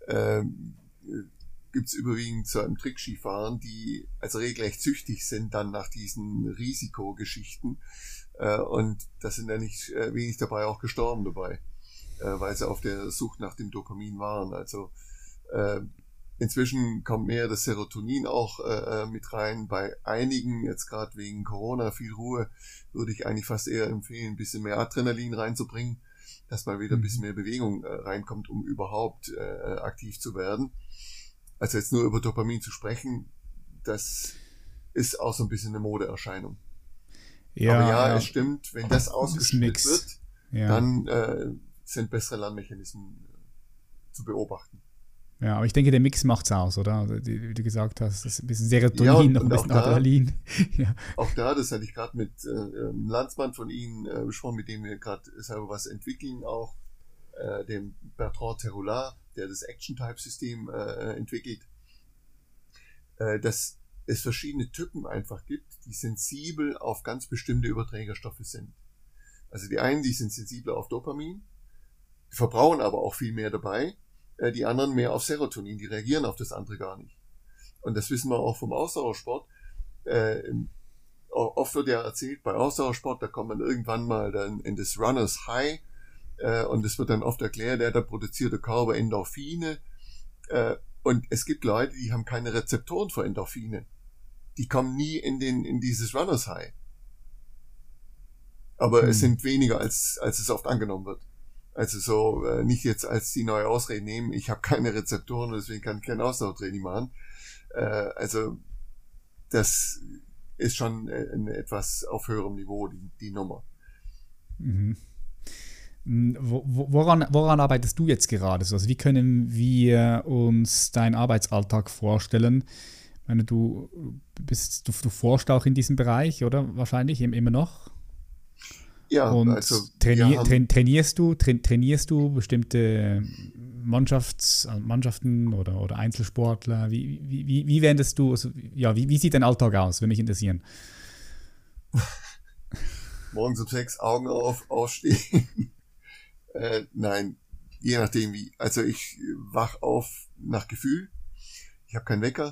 Gibt es überwiegend so im Trickskifahren, die also regelrecht süchtig sind dann nach diesen Risikogeschichten. Und da sind ja nicht wenig dabei auch gestorben dabei, weil sie auf der Sucht nach dem Dopamin waren. Also Inzwischen kommt mehr das Serotonin auch mit rein. Bei einigen, jetzt gerade wegen Corona, viel Ruhe, würde ich eigentlich fast eher empfehlen, ein bisschen mehr Adrenalin reinzubringen, dass mal wieder ein bisschen mehr Bewegung reinkommt, um überhaupt aktiv zu werden. Also jetzt nur über Dopamin zu sprechen, das ist auch so ein bisschen eine Modeerscheinung. Ja, aber ja, es stimmt, wenn das ausgeschüttet wird, dann sind bessere Lernmechanismen zu beobachten. Ja, aber ich denke, der Mix macht's aus, oder? Wie du gesagt hast, das ist ein bisschen Serotonin, noch ein bisschen Adrenalin. Ja. Auch da, das hatte ich gerade mit einem Landsmann von Ihnen besprochen, mit dem wir gerade selber was entwickeln, auch dem Bertrand Terroulat, der das Action-Type-System entwickelt, dass es verschiedene Typen einfach gibt, die sensibel auf ganz bestimmte Überträgerstoffe sind. Also die einen, die sind sensibler auf Dopamin, die verbrauchen aber auch viel mehr dabei, die anderen mehr auf Serotonin, die reagieren auf das andere gar nicht. Und das wissen wir auch vom Ausdauersport. Oft wird ja erzählt, bei Ausdauersport, da kommt man irgendwann mal dann in das Runners High, und es wird dann oft erklärt, da produziert der Körper Endorphine, und es gibt Leute, die haben keine Rezeptoren für Endorphine. Die kommen nie in dieses Runners High. Aber es sind weniger, als es oft angenommen wird. Also so nicht jetzt als die neue Ausrede nehmen, ich habe keine Rezeptoren, deswegen kann ich kein Ausdauertraining machen. Also das ist schon etwas auf höherem Niveau, die Nummer. Mhm. Woran arbeitest du jetzt gerade? Also wie können wir uns deinen Arbeitsalltag vorstellen? Ich meine, du forschst auch in diesem Bereich, oder? Wahrscheinlich immer noch? Ja, und also trainierst du bestimmte Mannschaften oder Einzelsportler? Wie wendest du, also, wie sieht dein Alltag aus, würde mich interessieren? Morgens um 6 Augen aufstehen. Nein, je nachdem wie. Also ich wach auf nach Gefühl. Ich habe keinen Wecker.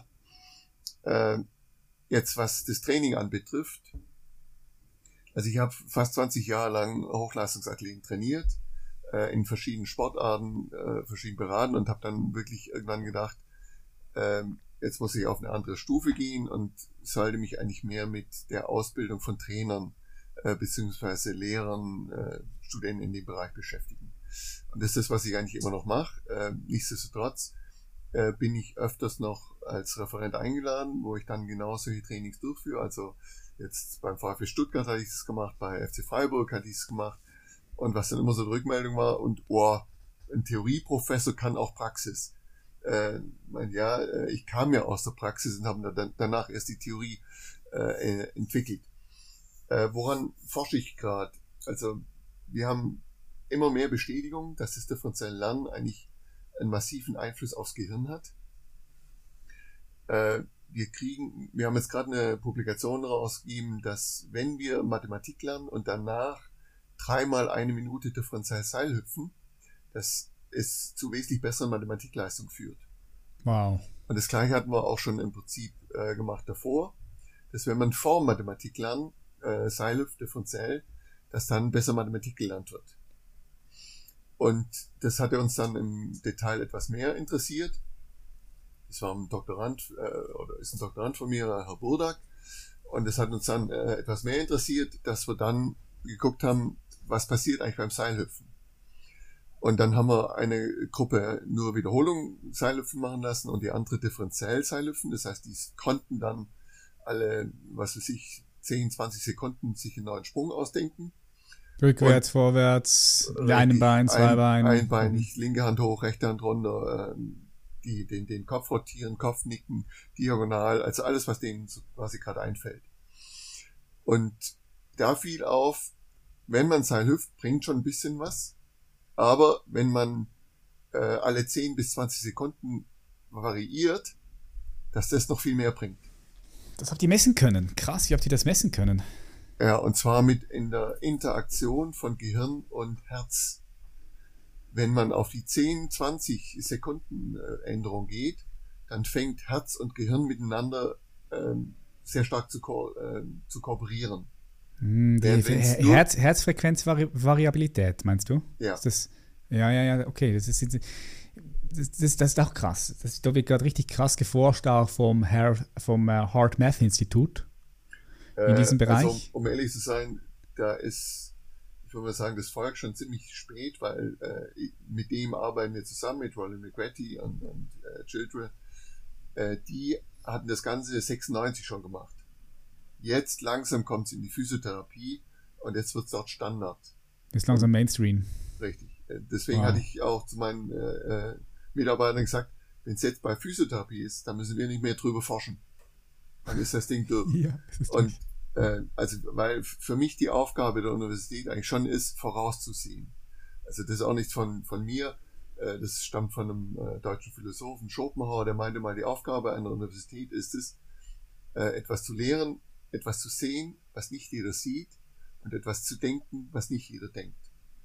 Jetzt was das Training anbetrifft. Also ich habe fast 20 Jahre lang Hochleistungsathleten trainiert, in verschiedenen Sportarten, verschiedenen Bereichen, und habe dann wirklich irgendwann gedacht, jetzt muss ich auf eine andere Stufe gehen und sollte mich eigentlich mehr mit der Ausbildung von Trainern beziehungsweise Lehrern, Studenten in dem Bereich beschäftigen. Und das ist das, was ich eigentlich immer noch mache. Nichtsdestotrotz bin ich öfters noch als Referent eingeladen, wo ich dann genau solche Trainings durchführe. Also jetzt beim VfB Stuttgart hatte ich das gemacht, bei FC Freiburg hatte ich es gemacht. Und was dann immer so die Rückmeldung war, und ein Theorieprofessor kann auch Praxis. Ich kam ja aus der Praxis und habe danach erst die Theorie entwickelt. Woran forsche ich gerade? Also wir haben immer mehr Bestätigung, dass das differenzielle Lernen eigentlich einen massiven Einfluss aufs Gehirn hat. Wir haben jetzt gerade eine Publikation rausgegeben, dass wenn wir Mathematik lernen und danach 3-mal 1 Minute differenziell Seilhüpfen, dass es zu wesentlich besseren Mathematikleistung führt. Wow. Und das Gleiche hatten wir auch schon im Prinzip gemacht davor, dass wenn man vor Mathematik lernt, Seilhüpft differenziell, dass dann besser Mathematik gelernt wird. Und das hatte uns dann im Detail etwas mehr interessiert. Das war ein Doktorand von mir, Herr Burdak. Und das hat uns dann etwas mehr interessiert, dass wir dann geguckt haben, was passiert eigentlich beim Seilhüpfen. Und dann haben wir eine Gruppe nur Wiederholung Seilhüpfen machen lassen und die andere differenziell Seilhüpfen. Das heißt, die konnten dann alle, 10, 20 Sekunden sich einen neuen Sprung ausdenken. Rückwärts, vorwärts, einem Bein, zwei Beine. Einbeinig, linke Hand hoch, rechte Hand runter, den Kopf rotieren, Kopf nicken, diagonal, also alles, was denen quasi gerade einfällt. Und da fiel auf, wenn man Seilhüpft, bringt schon ein bisschen was, aber wenn man alle 10 bis 20 Sekunden variiert, dass das noch viel mehr bringt. Das habt ihr messen können. Krass, wie habt ihr das messen können? Ja, und zwar in der Interaktion von Gehirn und Herz. Wenn man auf die 10, 20 Sekunden Änderung geht, dann fängt Herz und Gehirn miteinander sehr stark zu kooperieren. Herzfrequenzvariabilität, meinst du? Ja. Ist das, ja, okay. Das ist das ist auch krass. Da wird gerade richtig krass geforscht, auch vom Heart Math Institut in diesem Bereich. Also, um ehrlich zu sein, ich würde mal sagen, das Volk schon ziemlich spät, weil mit dem arbeiten wir zusammen, mit Roland McGratty und Childress. Die hatten das Ganze 96 schon gemacht. Jetzt langsam kommt es in die Physiotherapie und jetzt wird es dort Standard. Ist langsam Mainstream. Richtig. Deswegen hatte ich auch zu meinen Mitarbeitern gesagt, wenn es jetzt bei Physiotherapie ist, dann müssen wir nicht mehr drüber forschen. Dann ist das Ding durch. Ja, das ist und weil für mich die Aufgabe der Universität eigentlich schon ist, vorauszusehen. Also das ist auch nicht von mir, das stammt von einem deutschen Philosophen, Schopenhauer, der meinte mal, die Aufgabe einer Universität ist es, etwas zu lehren, etwas zu sehen, was nicht jeder sieht, und etwas zu denken, was nicht jeder denkt.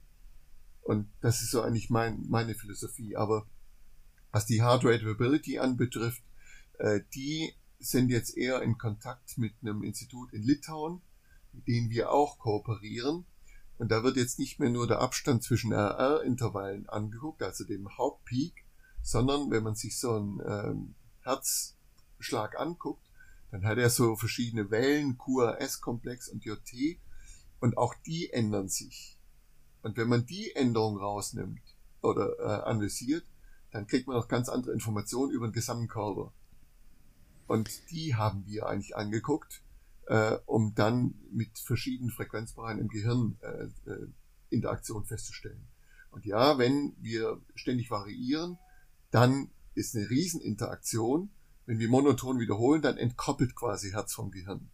Und das ist so eigentlich meine Philosophie. Aber was die Heart Rate Variability anbetrifft, die sind jetzt eher in Kontakt mit einem Institut in Litauen, mit denen wir auch kooperieren. Und da wird jetzt nicht mehr nur der Abstand zwischen RR-Intervallen angeguckt, also dem Hauptpeak, sondern wenn man sich so einen Herzschlag anguckt, dann hat er so verschiedene Wellen, QRS-Komplex und JT, und auch die ändern sich. Und wenn man die Änderung rausnimmt oder analysiert, dann kriegt man auch ganz andere Informationen über den gesamten Körper. Und die haben wir eigentlich angeguckt, um dann mit verschiedenen Frequenzbereichen im Gehirn Interaktion festzustellen. Und ja, wenn wir ständig variieren, dann ist eine Rieseninteraktion. Wenn wir monoton wiederholen, dann entkoppelt quasi Herz vom Gehirn.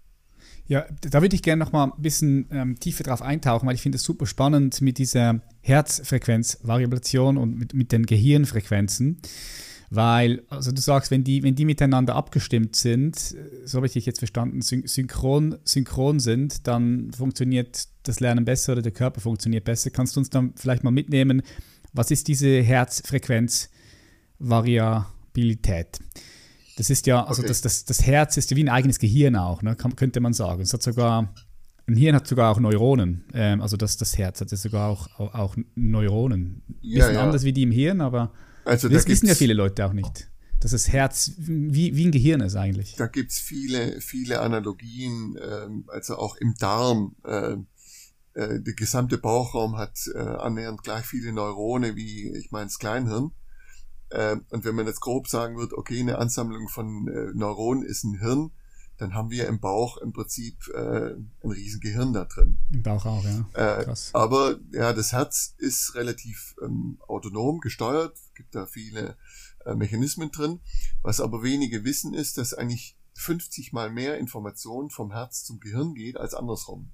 Ja, da würde ich gerne noch mal ein bisschen tiefer drauf eintauchen, weil ich finde es super spannend mit dieser Herzfrequenzvariation und mit den Gehirnfrequenzen. Weil, also du sagst, wenn die miteinander abgestimmt sind, so habe ich dich jetzt verstanden, synchron sind, dann funktioniert das Lernen besser oder der Körper funktioniert besser. Kannst du uns dann vielleicht mal mitnehmen, was ist diese Herzfrequenzvariabilität? Das ist ja, also okay. Das Herz ist ja wie ein eigenes Gehirn auch, ne? Könnte man sagen. Ein Hirn hat sogar auch Neuronen, also das Herz hat ja sogar auch Neuronen. Ein bisschen anders wie die im Hirn, aber also das wissen ja viele Leute auch nicht, dass das Herz wie ein Gehirn ist eigentlich. Da gibt es viele Analogien, also auch im Darm. Der gesamte Bauchraum hat annähernd gleich viele Neurone wie, ich meine, das Kleinhirn. Und wenn man jetzt grob sagen wird, okay, eine Ansammlung von Neuronen ist ein Hirn, dann haben wir im Bauch im Prinzip ein riesen Gehirn da drin. Im Bauch auch, ja. Krass. Aber ja, das Herz ist relativ autonom gesteuert, gibt da viele Mechanismen drin. Was aber wenige wissen ist, dass eigentlich 50 mal mehr Information vom Herz zum Gehirn geht als andersrum.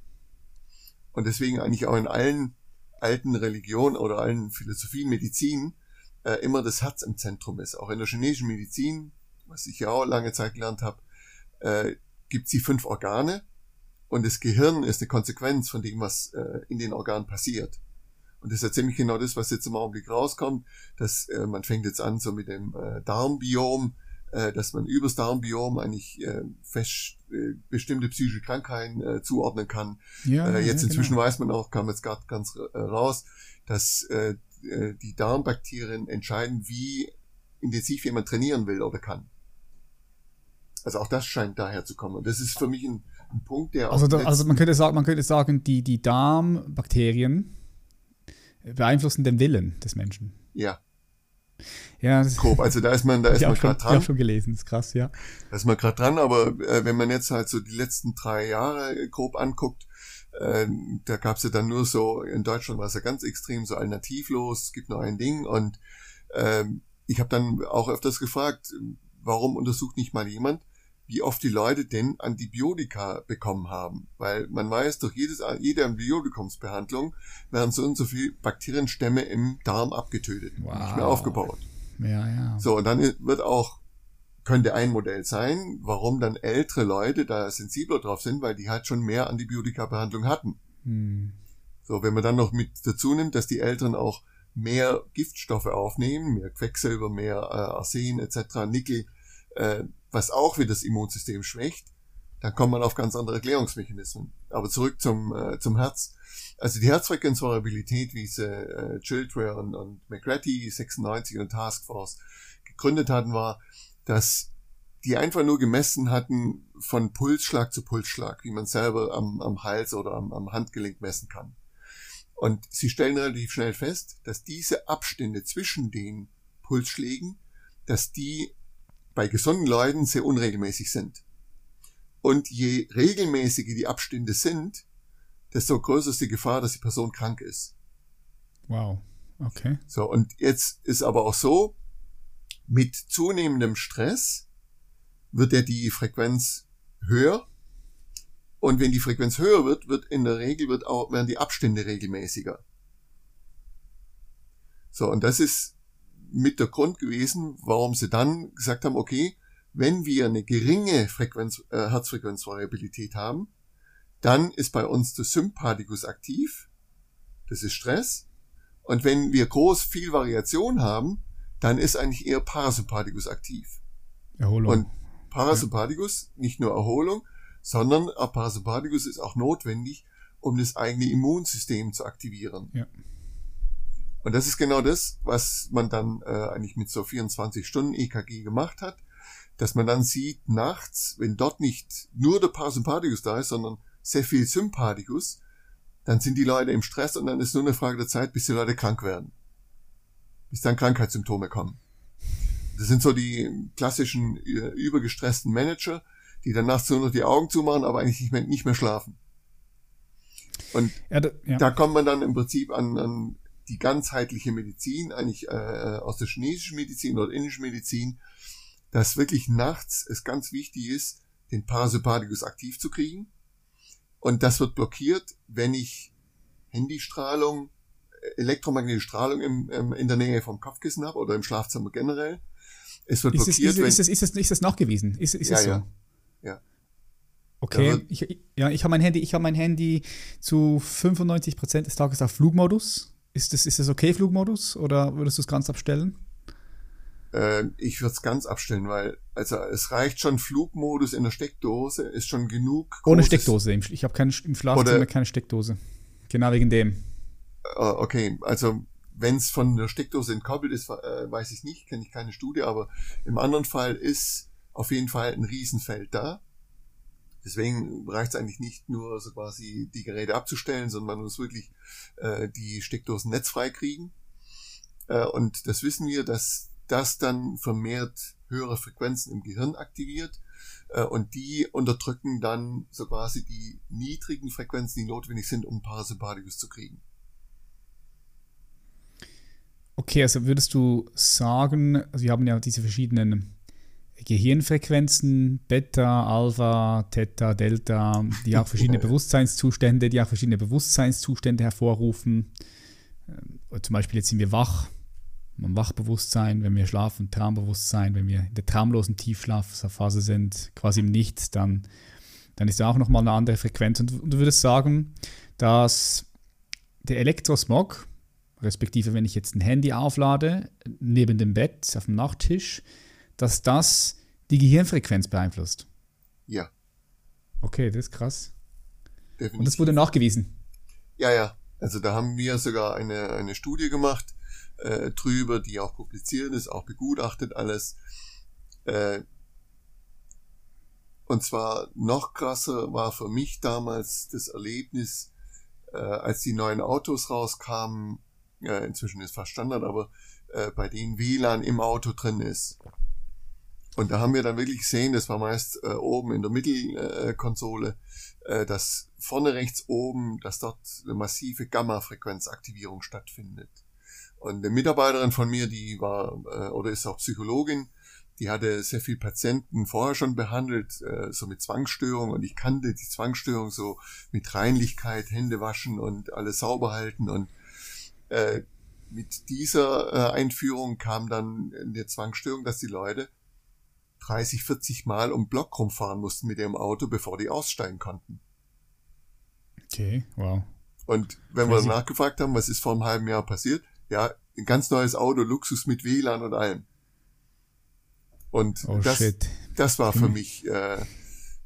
Und deswegen eigentlich auch in allen alten Religionen oder allen Philosophien, Medizin immer das Herz im Zentrum ist. Auch in der chinesischen Medizin, was ich ja auch lange Zeit gelernt habe, gibt es die 5 Organe und das Gehirn ist eine Konsequenz von dem, was in den Organen passiert. Und das ist ja ziemlich genau das, was jetzt im Augenblick rauskommt, dass man fängt jetzt an so mit dem Darmbiom, dass man übers Darmbiom eigentlich bestimmte psychische Krankheiten zuordnen kann. Ja, jetzt inzwischen weiß man auch, kam jetzt gerade ganz raus, dass die Darmbakterien entscheiden, wie intensiv jemand trainieren will oder kann. Also auch das scheint daher zu kommen. Und das ist für mich ein Punkt, der also man könnte sagen, die Darmbakterien beeinflussen den Willen des Menschen. Ja. Ja, grob. Also da ist man gerade dran. Ich habe schon gelesen, das ist krass, ja. Da ist man gerade dran, aber wenn man jetzt halt so die letzten 3 Jahre grob anguckt, da gab es ja dann nur so, in Deutschland war es ja ganz extrem so alternativlos, es gibt nur ein Ding, und ich habe dann auch öfters gefragt, warum untersucht nicht mal jemand, wie oft die Leute denn Antibiotika bekommen haben, weil man weiß, durch jede Antibiotikumsbehandlung werden so und so viele Bakterienstämme im Darm abgetötet, nicht mehr aufgebaut. Ja. So, und dann könnte ein Modell sein, warum dann ältere Leute da sensibler drauf sind, weil die halt schon mehr Antibiotika-Behandlung hatten. So, wenn man dann noch mit dazu nimmt, dass die Älteren auch mehr Giftstoffe aufnehmen, mehr Quecksilber, mehr Arsen etc., Nickel, was auch wieder das Immunsystem schwächt, dann kommt man auf ganz andere Erklärungsmechanismen. Aber zurück zum Herz. Also die Herzfrequenzvariabilität, wie sie Childress und McGratty 96 und Taskforce gegründet hatten, war, dass die einfach nur gemessen hatten von Pulsschlag zu Pulsschlag, wie man selber am Hals oder am Handgelenk messen kann. Und sie stellen relativ schnell fest, dass diese Abstände zwischen den Pulsschlägen, dass die bei gesunden Leuten sehr unregelmäßig sind. Und je regelmäßiger die Abstände sind, desto größer ist die Gefahr, dass die Person krank ist. Wow, okay. So, und jetzt ist aber auch so, mit zunehmendem Stress wird ja die Frequenz höher. Und wenn die Frequenz höher wird, werden die Abstände regelmäßiger. So, und das ist mit der Grund gewesen, warum sie dann gesagt haben, okay, wenn wir eine geringe Herzfrequenzvariabilität haben, dann ist bei uns der Sympathikus aktiv, das ist Stress. Und wenn wir viel Variation haben, dann ist eigentlich eher Parasympathikus aktiv. Erholung. Und Parasympathikus, nicht nur Erholung, sondern Parasympathikus ist auch notwendig, um das eigene Immunsystem zu aktivieren. Ja. Und das ist genau das, was man dann eigentlich mit so 24 Stunden EKG gemacht hat, dass man dann sieht, nachts, wenn dort nicht nur der Parasympathikus da ist, sondern sehr viel Sympathikus, dann sind die Leute im Stress und dann ist nur eine Frage der Zeit, bis die Leute krank werden. Bis dann Krankheitssymptome kommen. Das sind so die klassischen übergestressten Manager, die dann nachts nur noch die Augen zumachen, aber eigentlich nicht mehr schlafen. Und da kommt man dann im Prinzip an die ganzheitliche Medizin, eigentlich aus der chinesischen Medizin oder indischen Medizin, dass wirklich nachts es ganz wichtig ist, den Parasympathikus aktiv zu kriegen. Und das wird blockiert, wenn ich Handystrahlung, elektromagnetische Strahlung in der Nähe vom Kopfkissen habe oder im Schlafzimmer generell. Es wird blockiert. Ist das nachgewiesen? Ist es so? Ja. Okay, ich habe mein Handy zu 95% des Tages auf Flugmodus. Ist das okay, Flugmodus? Oder würdest du es ganz abstellen? Ich würde es ganz abstellen, weil es reicht schon Flugmodus in der Steckdose, ist schon genug. Ohne Steckdose. Ich habe im Schlafzimmer keine Steckdose. Genau wegen dem. Okay, also wenn es von der Steckdose entkoppelt ist, weiß ich nicht, kenne ich keine Studie, aber im anderen Fall ist auf jeden Fall ein Riesenfeld da. Deswegen reicht es eigentlich nicht nur so quasi die Geräte abzustellen, sondern man muss wirklich die Steckdosen netzfrei kriegen. Und das wissen wir, dass das dann vermehrt höhere Frequenzen im Gehirn aktiviert und die unterdrücken dann so quasi die niedrigen Frequenzen, die notwendig sind, um Parasympathikus zu kriegen. Okay, also würdest du sagen, also wir haben ja diese verschiedenen Gehirnfrequenzen, Beta, Alpha, Theta, Delta, die auch verschiedene Bewusstseinszustände hervorrufen. Zum Beispiel jetzt sind wir wach, im Wachbewusstsein, wenn wir schlafen, Traumbewusstsein, wenn wir in der traumlosen Tiefschlafphase sind, quasi im Nichts, dann ist da auch nochmal eine andere Frequenz. Und du würdest sagen, dass der Elektrosmog, respektive wenn ich jetzt ein Handy auflade, neben dem Bett, auf dem Nachttisch, dass das die Gehirnfrequenz beeinflusst. Ja. Okay, das ist krass. Definitiv. Und das wurde nachgewiesen. Ja. Also da haben wir sogar eine Studie gemacht drüber, die auch publiziert ist, auch begutachtet alles. Und zwar noch krasser war für mich damals das Erlebnis, als die neuen Autos rauskamen, inzwischen ist fast Standard, aber bei denen WLAN im Auto drin ist. Und da haben wir dann wirklich gesehen, das war meist oben in der Mittelkonsole, dass vorne rechts oben, dass dort eine massive Gamma-Frequenzaktivierung stattfindet. Und eine Mitarbeiterin von mir, die war oder ist auch Psychologin, die hatte sehr viele Patienten vorher schon behandelt, so mit Zwangsstörungen, und ich kannte die Zwangsstörung so mit Reinlichkeit, Hände waschen und alles sauber halten, und mit dieser Einführung kam dann eine Zwangsstörung, dass die Leute 30, 40 Mal um Block rumfahren mussten mit ihrem Auto, bevor die aussteigen konnten. Okay, wow. Und wenn wir nachgefragt haben, was ist vor einem halben Jahr passiert, ja, ein ganz neues Auto, Luxus mit WLAN und allem. Und das war für mich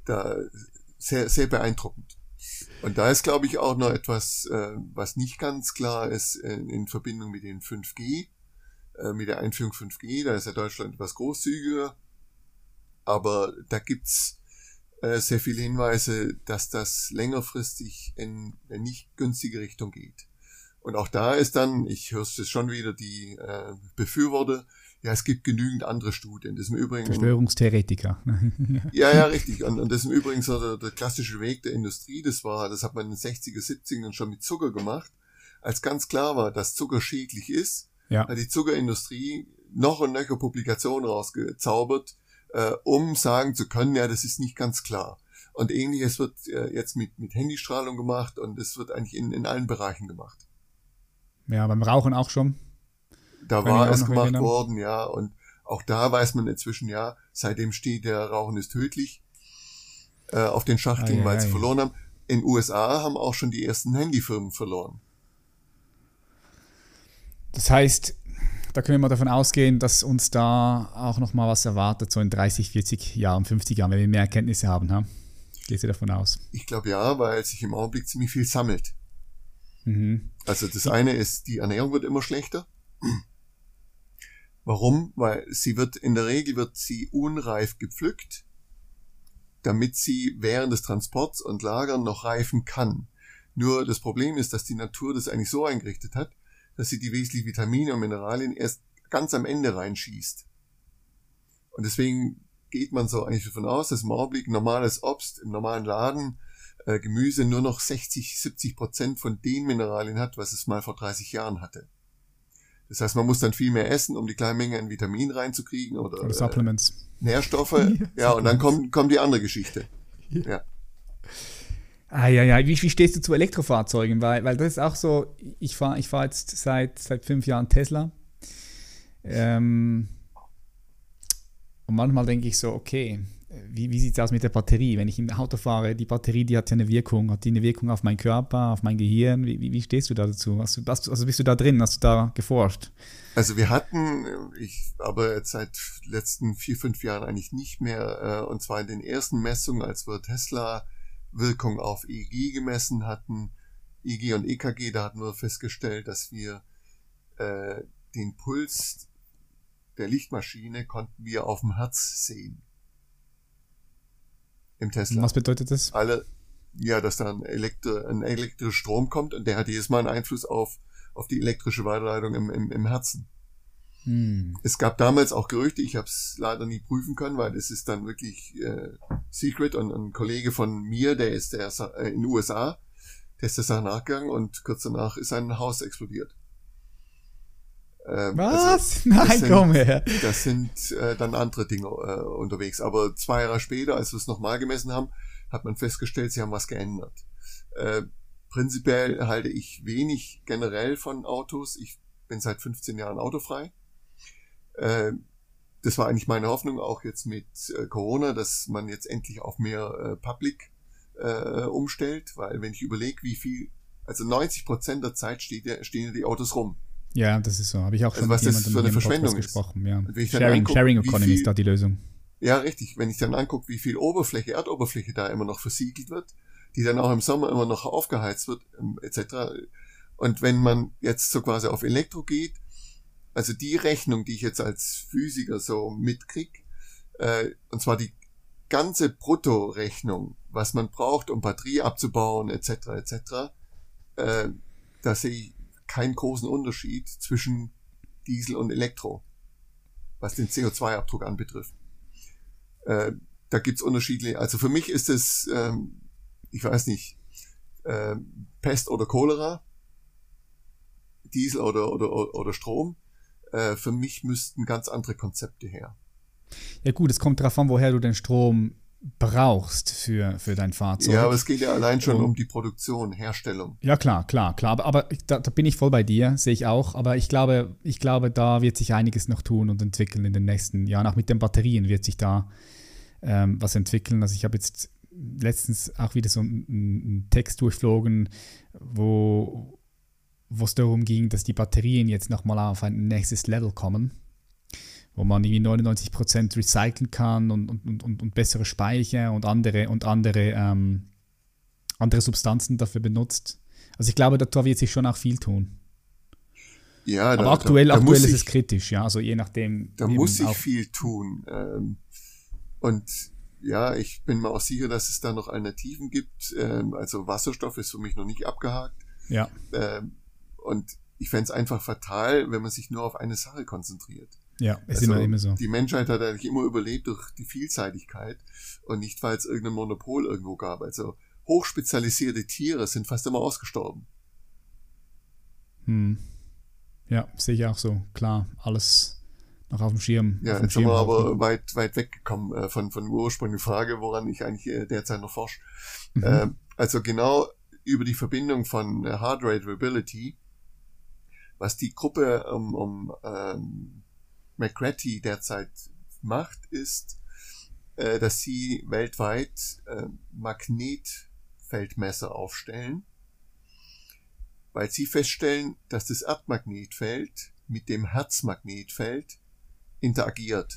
da sehr, sehr beeindruckend. Und da ist, glaube ich, auch noch etwas, was nicht ganz klar ist in Verbindung mit den 5G, mit der Einführung 5G. Da ist ja Deutschland etwas großzügiger, aber da gibt's sehr viele Hinweise, dass das längerfristig in eine nicht günstige Richtung geht. Und auch da ist dann, ich höre es schon wieder, die Befürworter, ja, es gibt genügend andere Studien. Das ist im Übrigen Verschwörungstheoretiker. ja, richtig. Und das ist im Übrigen so der klassische Weg der Industrie. Das hat man in den 60er, 70ern schon mit Zucker gemacht. Als ganz klar war, dass Zucker schädlich ist, hat die Zuckerindustrie noch und nöcher Publikationen rausgezaubert, um sagen zu können, ja, das ist nicht ganz klar. Und Ähnliches wird jetzt mit Handystrahlung gemacht und es wird eigentlich in allen Bereichen gemacht. Ja, beim Rauchen auch schon. Da war es gemacht worden, ja, und auch da weiß man inzwischen, ja, seitdem steht der Rauchen ist tödlich auf den Schachteln, weil sie verloren haben. In den USA haben auch schon die ersten Handyfirmen verloren. Das heißt, da können wir mal davon ausgehen, dass uns da auch noch mal was erwartet, so in 30, 40 Jahren, 50 Jahren, wenn wir mehr Erkenntnisse haben. Ha? Gehst du davon aus? Ich glaube ja, weil sich im Augenblick ziemlich viel sammelt. Mhm. Also das eine ist, die Ernährung wird immer schlechter. Warum? Weil in der Regel wird sie unreif gepflückt, damit sie während des Transports und Lagern noch reifen kann. Nur das Problem ist, dass die Natur das eigentlich so eingerichtet hat, dass sie die wesentlichen Vitamine und Mineralien erst ganz am Ende reinschießt. Und deswegen geht man so eigentlich davon aus, dass im Augenblick normales Obst im normalen Laden, Gemüse nur noch 60-70% von den Mineralien hat, was es mal vor 30 Jahren hatte. Das heißt, man muss dann viel mehr essen, um die kleine Menge an Vitaminen reinzukriegen oder Supplements. Nährstoffe. Ja, und dann kommt die andere Geschichte. Ja. Wie stehst du zu Elektrofahrzeugen? Weil das ist auch so, ich fahr jetzt seit 5 Jahren Tesla. Und manchmal denke ich so, okay, wie sieht es aus mit der Batterie? Wenn ich im Auto fahre, die Batterie, die hat ja eine Wirkung. Hat die eine Wirkung auf meinen Körper, auf mein Gehirn? Wie stehst du da dazu? Also bist du da drin? Hast du da geforscht? Also aber jetzt seit letzten 4-5 Jahren eigentlich nicht mehr, und zwar in den ersten Messungen, als wir Tesla Wirkung auf EEG gemessen hatten, EEG und EKG, da hatten wir festgestellt, dass wir den Puls der Lichtmaschine konnten wir auf dem Herz sehen. Im Tesla. Was bedeutet das? Dass da ein elektrischer Strom kommt und der hat jedes Mal einen Einfluss auf die elektrische Weiterleitung im Herzen. Es gab damals auch Gerüchte, ich habe es leider nie prüfen können, weil das ist dann wirklich secret, und ein Kollege von mir, der ist in den USA, der ist der Sache nachgegangen und kurz danach ist sein Haus explodiert. Was? Nein, komm her. Das sind dann andere Dinge unterwegs. Aber 2 Jahre später, als wir es nochmal gemessen haben, hat man festgestellt, sie haben was geändert. Prinzipiell halte ich wenig generell von Autos. Ich bin seit 15 Jahren autofrei. Das war eigentlich meine Hoffnung, auch jetzt mit Corona, dass man jetzt endlich auf mehr Public umstellt, weil wenn ich überlege, also 90% der Zeit stehen die Autos rum. Ja, das ist so. Habe ich auch schon mit jemandem für eine Verschwendung gesprochen. Ja. Sharing Economy ist da die Lösung. Ja, richtig. Wenn ich dann angucke, wie viel Erdoberfläche da immer noch versiegelt wird, die dann auch im Sommer immer noch aufgeheizt wird, etc. Und wenn man jetzt so quasi auf Elektro geht, also die Rechnung, die ich jetzt als Physiker so mitkriege, und zwar die ganze Bruttorechnung, was man braucht, um Batterie abzubauen, etc., da sehe ich keinen großen Unterschied zwischen Diesel und Elektro, was den CO2-Abdruck anbetrifft. Da gibt's Unterschiede. Also für mich ist es, ich weiß nicht, Pest oder Cholera, Diesel oder Strom. Für mich müssten ganz andere Konzepte her. Ja gut, es kommt darauf an, woher du den Strom brauchst für dein Fahrzeug. Ja, aber es geht ja allein schon um die Produktion, Herstellung. Ja, klar. Aber da bin ich voll bei dir, sehe ich auch. Aber ich glaube, da wird sich einiges noch tun und entwickeln in den nächsten Jahren. Auch mit den Batterien wird sich da was entwickeln. Also ich habe jetzt letztens auch wieder so einen Text durchflogen, wo es darum ging, dass die Batterien jetzt nochmal auf ein nächstes Level kommen. wo man irgendwie 99% recyceln kann und bessere Speicher und andere Substanzen dafür benutzt. Also ich glaube, da wird sich schon auch viel tun. Ja, aber aktuell ist es kritisch, ja, also je nachdem. Da muss sich viel tun. Und ja, ich bin mir auch sicher, dass es da noch Alternativen gibt. Also Wasserstoff ist für mich noch nicht abgehakt. Ja. Und ich fände es einfach fatal, wenn man sich nur auf eine Sache konzentriert. Ja, ist also immer so. Die Menschheit hat eigentlich immer überlebt durch die Vielseitigkeit und nicht, weil es irgendein Monopol irgendwo gab. Also hochspezialisierte Tiere sind fast immer ausgestorben. Ja, sehe ich auch so. Klar, alles noch auf dem Schirm. Ja, jetzt sind wir aber weit weggekommen von der ursprünglichen Frage, woran ich eigentlich derzeit noch forsche. Also genau über die Verbindung von Heart Rate Variability, was die Gruppe McCarthy derzeit macht, ist, dass sie weltweit Magnetfeldmesser aufstellen, weil sie feststellen, dass das Erdmagnetfeld mit dem Herzmagnetfeld interagiert.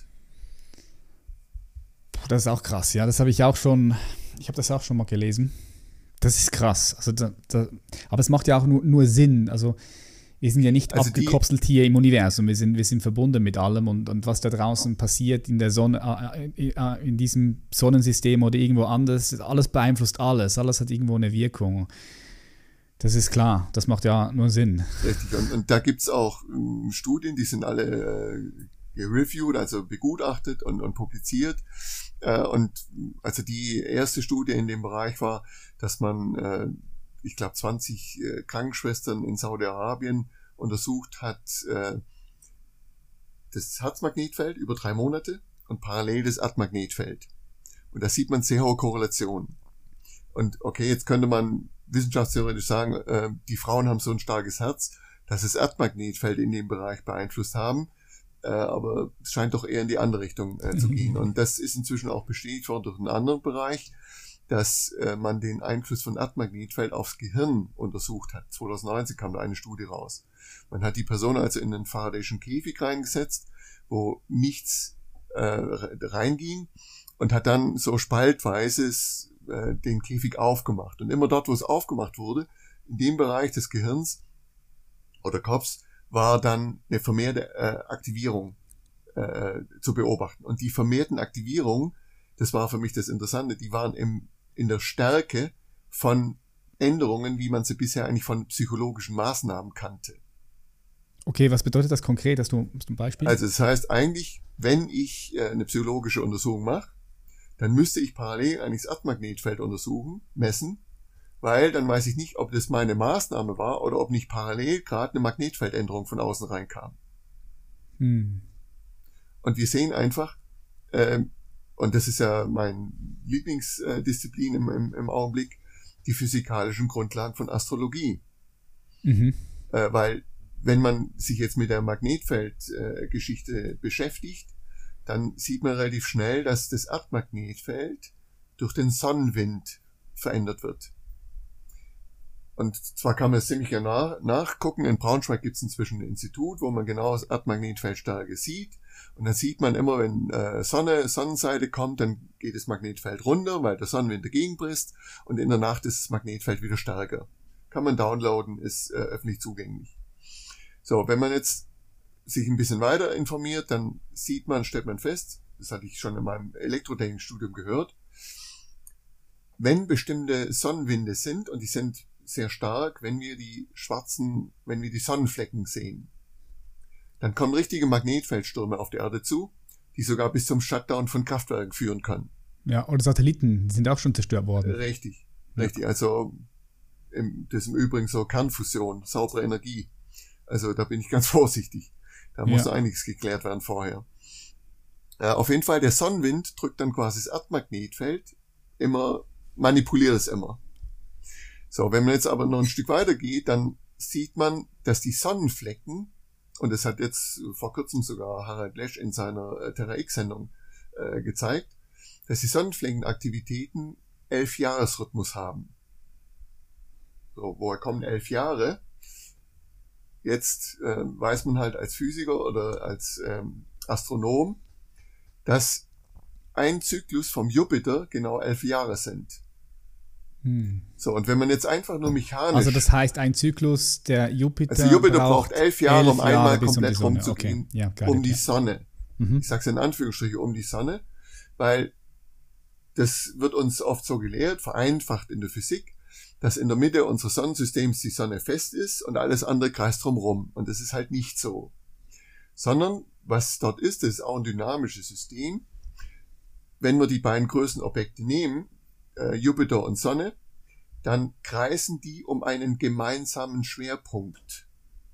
Das ist auch krass, ja. Ich habe das auch schon mal gelesen. Das ist krass. Also aber es macht ja auch nur Sinn. Also wir sind ja nicht abgekapselt hier im Universum. Wir sind verbunden mit allem und was da draußen passiert in der Sonne, in diesem Sonnensystem oder irgendwo anders, alles beeinflusst alles. Alles hat irgendwo eine Wirkung. Das ist klar. Das macht ja nur Sinn. Richtig. Und da gibt es auch Studien, die sind alle gereviewt, also begutachtet und publiziert. Und also die erste Studie in dem Bereich war, dass man ich glaube 20 Krankenschwestern in Saudi-Arabien untersucht hat, das Herzmagnetfeld über 3 Monate und parallel das Erdmagnetfeld. Und da sieht man sehr hohe Korrelationen. Und okay, jetzt könnte man wissenschaftstheoretisch sagen, die Frauen haben so ein starkes Herz, dass das Erdmagnetfeld in dem Bereich beeinflusst haben, aber es scheint doch eher in die andere Richtung zu gehen. Und das ist inzwischen auch bestätigt worden durch einen anderen Bereich, dass man den Einfluss von Erdmagnetfeld aufs Gehirn untersucht hat. 2019 kam da eine Studie raus. Man hat die Person also in einen Faradayschen Käfig reingesetzt, wo nichts reinging und hat dann so spaltweise den Käfig aufgemacht. Und immer dort, wo es aufgemacht wurde, in dem Bereich des Gehirns oder Kopfs, war dann eine vermehrte Aktivierung zu beobachten. Und die vermehrten Aktivierungen, das war für mich das Interessante, die waren in der Stärke von Änderungen, wie man sie bisher eigentlich von psychologischen Maßnahmen kannte. Okay, was bedeutet das konkret? Hast du ein Beispiel? Also das heißt eigentlich, wenn ich eine psychologische Untersuchung mache, dann müsste ich parallel eigentlich das Erdmagnetfeld messen, weil dann weiß ich nicht, ob das meine Maßnahme war oder ob nicht parallel gerade eine Magnetfeldänderung von außen reinkam. Und wir sehen einfach, und das ist ja mein Lieblingsdisziplin im Augenblick, die physikalischen Grundlagen von Astrologie. Weil wenn man sich jetzt mit der Magnetfeldgeschichte beschäftigt, dann sieht man relativ schnell, dass das Erdmagnetfeld durch den Sonnenwind verändert wird. Und zwar kann man es ziemlich genau nachgucken. In Braunschweig gibt es inzwischen ein Institut, wo man genau das Erdmagnetfeldstärke sieht. Und dann sieht man immer, wenn Sonnenseite kommt, dann geht das Magnetfeld runter, weil der Sonnenwind dagegen brisst. Und in der Nacht ist das Magnetfeld wieder stärker. Kann man downloaden, ist öffentlich zugänglich. So, wenn man jetzt sich ein bisschen weiter informiert, dann stellt man fest, das hatte ich schon in meinem Elektrotechnikstudium gehört, wenn bestimmte Sonnenwinde sind, und die sind sehr stark, wenn wir die Sonnenflecken sehen, dann kommen richtige Magnetfeldstürme auf die Erde zu, die sogar bis zum Shutdown von Kraftwerken führen können. Ja, oder Satelliten sind auch schon zerstört worden. Richtig. Also das ist im Übrigen so Kernfusion, saubere Energie. Also da bin ich ganz vorsichtig. Da muss einiges geklärt werden vorher. Auf jeden Fall, der Sonnenwind drückt dann quasi das Erdmagnetfeld manipuliert es immer. So, wenn man jetzt aber noch ein Stück weiter geht, dann sieht man, dass die Sonnenflecken, und das hat jetzt vor kurzem sogar Harald Lesch in seiner Terra X-Sendung gezeigt, dass die Sonnenfleckenaktivitäten 11-Jahres-Rhythmus haben. So, woher kommen 11 Jahre? Jetzt weiß man halt als Physiker oder als Astronom, dass ein Zyklus vom Jupiter genau 11 Jahre sind. So, und wenn man jetzt einfach nur mechanisch... Also das heißt, ein Zyklus der Jupiter... Also Jupiter braucht 11 Jahre, um einmal komplett um rumzugehen, okay. Ja, um die Sonne. Ich sage es in Anführungsstrichen, um die Sonne, weil das wird uns oft so gelehrt, vereinfacht in der Physik, dass in der Mitte unseres Sonnensystems die Sonne fest ist und alles andere kreist drumherum. Und das ist halt nicht so. Sondern, was dort ist, das ist auch ein dynamisches System. Wenn wir die beiden größten Objekte nehmen, Jupiter und Sonne, dann kreisen die um einen gemeinsamen Schwerpunkt.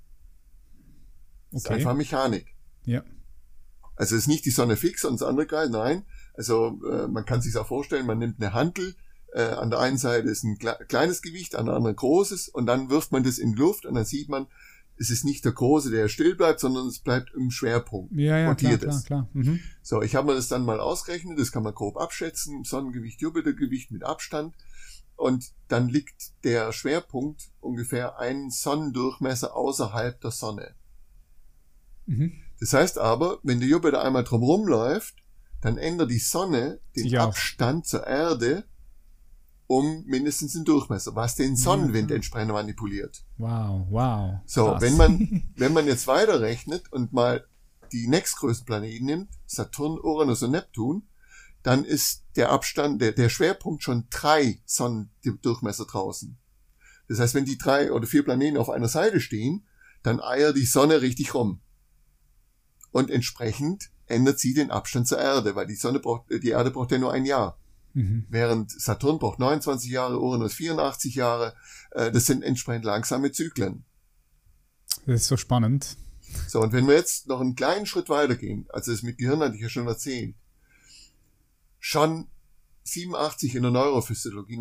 Das ist einfach Mechanik. Ja. Also es ist nicht die Sonne fix und das andere Kreis, nein. Also man kann sich auch vorstellen, man nimmt eine Hantel, an der einen Seite ist ein kleines Gewicht, an der anderen großes und dann wirft man das in die Luft und dann sieht man, es ist nicht der große, der still bleibt, sondern es bleibt im Schwerpunkt. Ja, klar. So, ich habe mir das dann mal ausgerechnet, das kann man grob abschätzen, Sonnengewicht, Jupitergewicht mit Abstand und dann liegt der Schwerpunkt ungefähr einen Sonnendurchmesser außerhalb der Sonne. Das heißt aber, wenn der Jupiter einmal drumherum läuft, dann ändert die Sonne den Abstand zur Erde um mindestens den Durchmesser, was den Sonnenwind entsprechend manipuliert. Wow. So, krass. wenn man jetzt weiterrechnet und mal die nächstgrößten Planeten nimmt, Saturn, Uranus und Neptun, dann ist der Abstand, der Schwerpunkt schon 3 Sonnendurchmesser draußen. Das heißt, wenn die 3 oder 4 Planeten auf einer Seite stehen, dann eiert die Sonne richtig rum. Und entsprechend ändert sie den Abstand zur Erde, weil die Erde braucht ja nur ein Jahr. Während Saturn braucht 29 Jahre, Uranus 84 Jahre. Das sind entsprechend langsame Zyklen. Das ist so spannend. So, und wenn wir jetzt noch einen kleinen Schritt weitergehen, also das mit Gehirn hatte ich ja schon erzählt, schon 1987 in der Neurophysiologie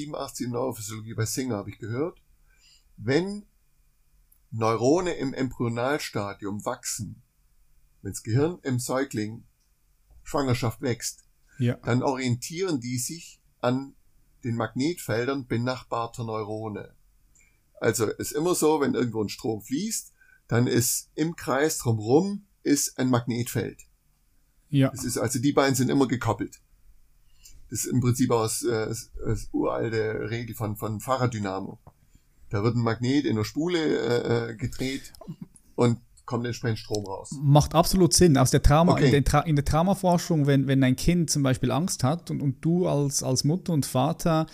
bei Singer habe ich gehört, wenn Neurone im Embryonalstadium wachsen, wenn das Gehirn im Säugling Schwangerschaft wächst, dann orientieren die sich an den Magnetfeldern benachbarter Neurone. Also ist immer so, wenn irgendwo ein Strom fließt, dann ist im Kreis drumherum ist ein Magnetfeld. Ja. Das ist, also die beiden sind immer gekoppelt. Das ist im Prinzip aus uralte Regel von Fahrraddynamo. Da wird ein Magnet in der Spule gedreht und kommt entsprechend Strom raus. Macht absolut Sinn. Aus der in der Traumaforschung, wenn ein Kind zum Beispiel Angst hat und du als Mutter und Vater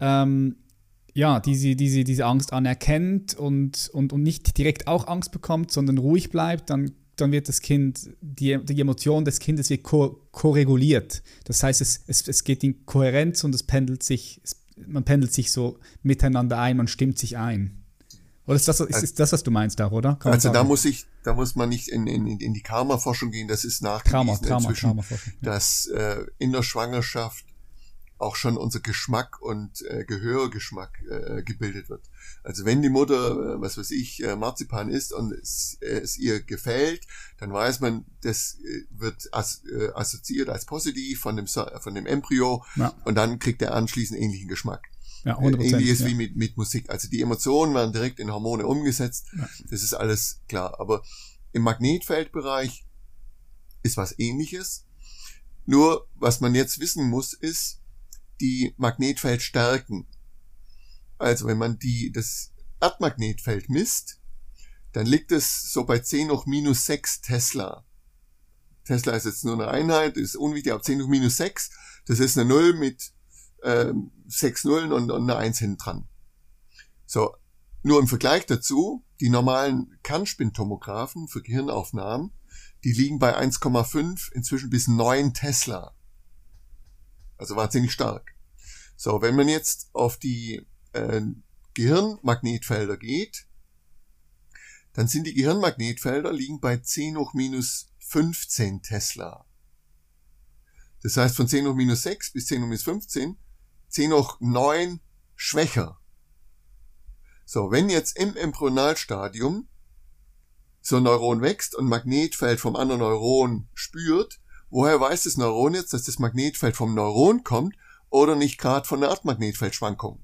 diese Angst anerkennt und nicht direkt auch Angst bekommt, sondern ruhig bleibt, dann wird das Kind, die Emotion des Kindes wird koreguliert. Das heißt, es geht in Kohärenz und man pendelt sich so miteinander ein, man stimmt sich ein. Oder ist das, was du meinst auch, oder? Da muss man nicht in die Karma-Forschung gehen, das ist nachgewiesen inzwischen, dass in der Schwangerschaft auch schon unser Geschmack und Gehörgeschmack gebildet wird. Also wenn die Mutter, Marzipan isst und es ihr gefällt, dann weiß man, das wird assoziiert als positiv von dem Embryo und dann kriegt er anschließend ähnlichen Geschmack. Ja, 100%, Ähnliches wie mit Musik. Also die Emotionen werden direkt in Hormone umgesetzt. Ja. Das ist alles klar. Aber im Magnetfeldbereich ist was Ähnliches. Nur, was man jetzt wissen muss, ist die Magnetfeldstärken. Also wenn man das Erdmagnetfeld misst, dann liegt es so bei 10 hoch minus 6 Tesla. Tesla ist jetzt nur eine Einheit, ist unwichtig, aber 10 hoch minus 6, das ist eine 0 mit 6 Nullen und eine 1 hinten dran. So, nur im Vergleich dazu, die normalen Kernspintomographen für Gehirnaufnahmen, die liegen bei 1,5 inzwischen bis 9 Tesla. Also war ziemlich stark. So, wenn man jetzt auf die Gehirnmagnetfelder geht, dann sind die Gehirnmagnetfelder liegen bei 10 hoch minus 15 Tesla. Das heißt, von 10 hoch minus 6 bis 10 hoch minus 15, 10 hoch 9 schwächer. So, wenn jetzt im Embryonalstadium so ein Neuron wächst und Magnetfeld vom anderen Neuron spürt, woher weiß das Neuron jetzt, dass das Magnetfeld vom Neuron kommt oder nicht gerade von der Erdmagnetfeldschwankung?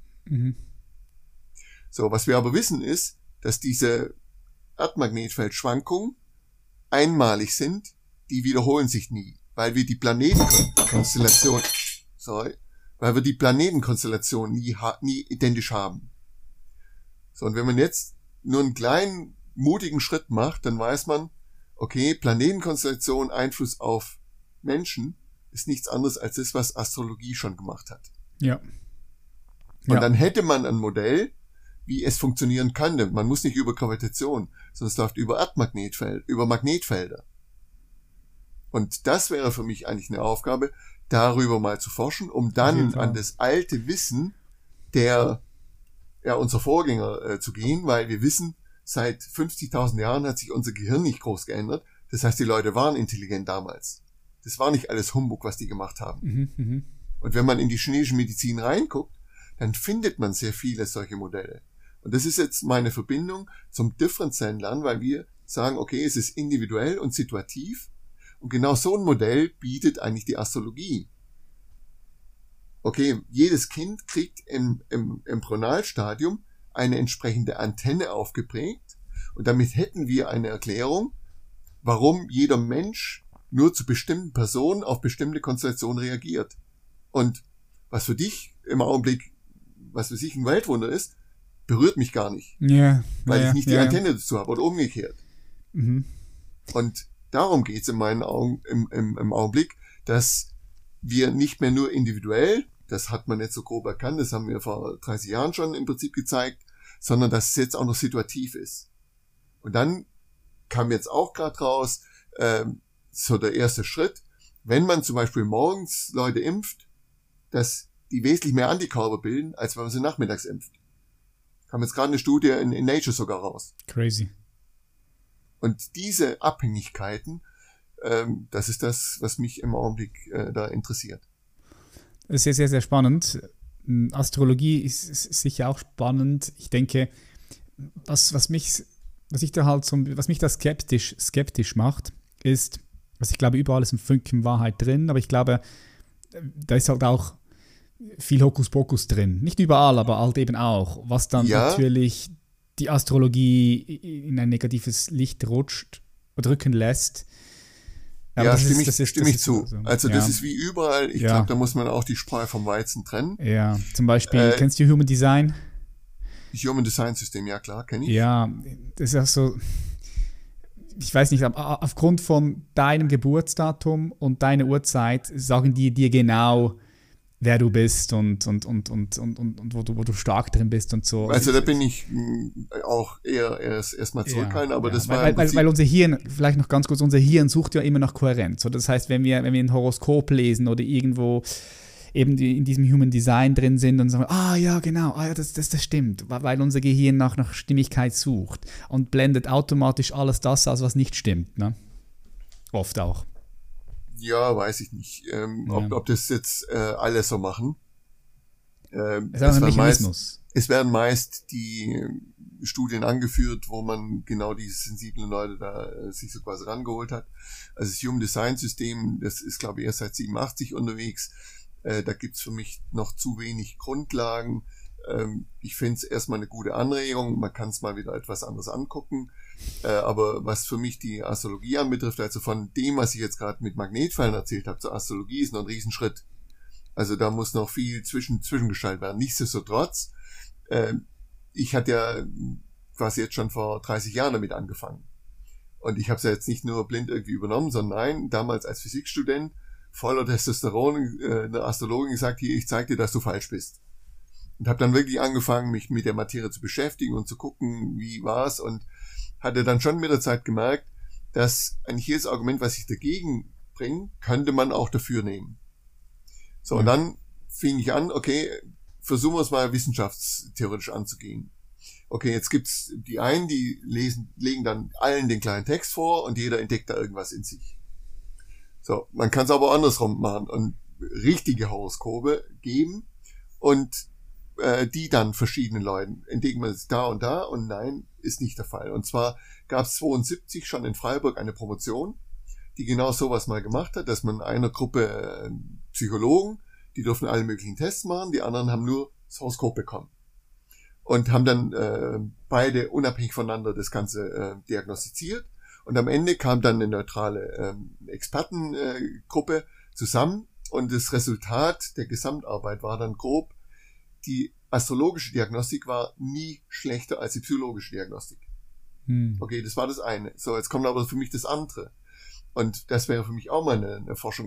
So, was wir aber wissen ist, dass diese Erdmagnetfeldschwankungen einmalig sind, die wiederholen sich nie, weil wir die Planetenkonstellation nie identisch haben. So, und wenn man jetzt nur einen kleinen, mutigen Schritt macht, dann weiß man, okay, Planetenkonstellation, Einfluss auf Menschen ist nichts anderes als das, was Astrologie schon gemacht hat. Ja. Und dann hätte man ein Modell, wie es funktionieren könnte. Man muss nicht über Gravitation, sondern es läuft über über Magnetfelder. Und das wäre für mich eigentlich eine Aufgabe, darüber mal zu forschen, um dann an das alte Wissen unserer Vorgänger zu gehen, weil wir wissen, seit 50.000 Jahren hat sich unser Gehirn nicht groß geändert. Das heißt, die Leute waren intelligent damals. Das war nicht alles Humbug, was die gemacht haben. Und wenn man in die chinesische Medizin reinguckt, dann findet man sehr viele solche Modelle. Und das ist jetzt meine Verbindung zum differenziellen Lernen, weil wir sagen, okay, es ist individuell und situativ. Und genau so ein Modell bietet eigentlich die Astrologie. Okay, jedes Kind kriegt im Embryonalstadium eine entsprechende Antenne aufgeprägt. Und damit hätten wir eine Erklärung, warum jeder Mensch nur zu bestimmten Personen auf bestimmte Konstellationen reagiert. Und was für dich im Augenblick, was für sich ein Weltwunder ist, berührt mich gar nicht. Weil ich nicht die Antenne dazu habe oder umgekehrt. Und darum geht's in meinen Augen im Augenblick, dass wir nicht mehr nur individuell, das hat man jetzt so grob erkannt, das haben wir vor 30 Jahren schon im Prinzip gezeigt, sondern dass es jetzt auch noch situativ ist. Und dann kam jetzt auch gerade raus, so der erste Schritt, wenn man zum Beispiel morgens Leute impft, dass die wesentlich mehr Antikörper bilden, als wenn man sie nachmittags impft. Kam jetzt gerade eine Studie in Nature sogar raus. Crazy. Und diese Abhängigkeiten, das ist das, was mich im Augenblick da interessiert. Das ist sehr, sehr, sehr spannend. Astrologie ist sicher auch spannend. Ich denke, was mich da skeptisch macht, ist, dass ich glaube, überall ist ein Fünkchen Wahrheit drin, aber ich glaube, da ist halt auch viel Hokuspokus drin. Nicht überall, aber halt eben auch, was dann natürlich die Astrologie in ein negatives Licht rücken lässt. Aber ja, stimme ich zu. Also das ist wie überall. Ich glaube, da muss man auch die Spreu vom Weizen trennen. Ja, zum Beispiel, kennst du Human Design? Human Design System, ja klar, kenne ich. Ja, das ist auch so, ich weiß nicht, aufgrund von deinem Geburtsdatum und deiner Uhrzeit sagen die dir genau, wer du bist und wo du stark drin bist und so. Also da bin ich auch eher erstmal zurückhaltend, aber das war weil unser Hirn, vielleicht noch ganz kurz, unser Hirn sucht ja immer nach Kohärenz. So, das heißt, wenn wir ein Horoskop lesen oder irgendwo eben in diesem Human Design drin sind und sagen, ja, genau, das stimmt, weil unser Gehirn nach Stimmigkeit sucht und blendet automatisch alles das aus, was nicht stimmt. Ne? Oft auch. Ja, weiß ich nicht, ob das jetzt alle so machen. Es ist ein Mechanismus. Es werden meist die Studien angeführt, wo man genau diese sensiblen Leute da sich so quasi rangeholt hat. Also das Human Design System, das ist glaube ich erst seit 87 unterwegs. Da gibt's für mich noch zu wenig Grundlagen. Ich finde es erstmal eine gute Anregung. Man kann es mal wieder etwas anderes angucken. Aber was für mich die Astrologie anbetrifft, also von dem, was ich jetzt gerade mit Magnetfeldern erzählt habe, zur Astrologie ist noch ein Riesenschritt. Also da muss noch viel zwischengeschaltet werden. Nichtsdestotrotz, ich hatte ja quasi jetzt schon vor 30 Jahren damit angefangen. Und ich habe es ja jetzt nicht nur blind irgendwie übernommen, sondern nein, damals als Physikstudent, voller Testosteron, einer Astrologin gesagt, hier, ich zeig dir, dass du falsch bist. Und habe dann wirklich angefangen, mich mit der Materie zu beschäftigen und zu gucken, wie war's, und hatte dann schon mit der Zeit gemerkt, dass eigentlich jedes Argument, was ich dagegen bringe, könnte man auch dafür nehmen. So, und dann fing ich an, okay, versuchen wir es mal wissenschaftstheoretisch anzugehen. Okay, jetzt gibt's die einen, die legen dann allen den kleinen Text vor und jeder entdeckt da irgendwas in sich. So, man kann es aber andersrum machen und richtige Horoskope geben und die dann verschiedenen Leuten entdecken wir es da und nein, ist nicht der Fall. Und zwar gab es 72 schon in Freiburg eine Promotion, die genau sowas mal gemacht hat, dass man einer Gruppe Psychologen, die durften alle möglichen Tests machen, die anderen haben nur das Horoskop bekommen. Und haben dann beide unabhängig voneinander das Ganze diagnostiziert Und am Ende kam dann eine neutrale Expertengruppe zusammen und das Resultat der Gesamtarbeit war dann grob, die astrologische Diagnostik war nie schlechter als die psychologische Diagnostik. Okay, das war das eine. So, jetzt kommt aber für mich das andere. Und das wäre für mich auch mal eine Forschung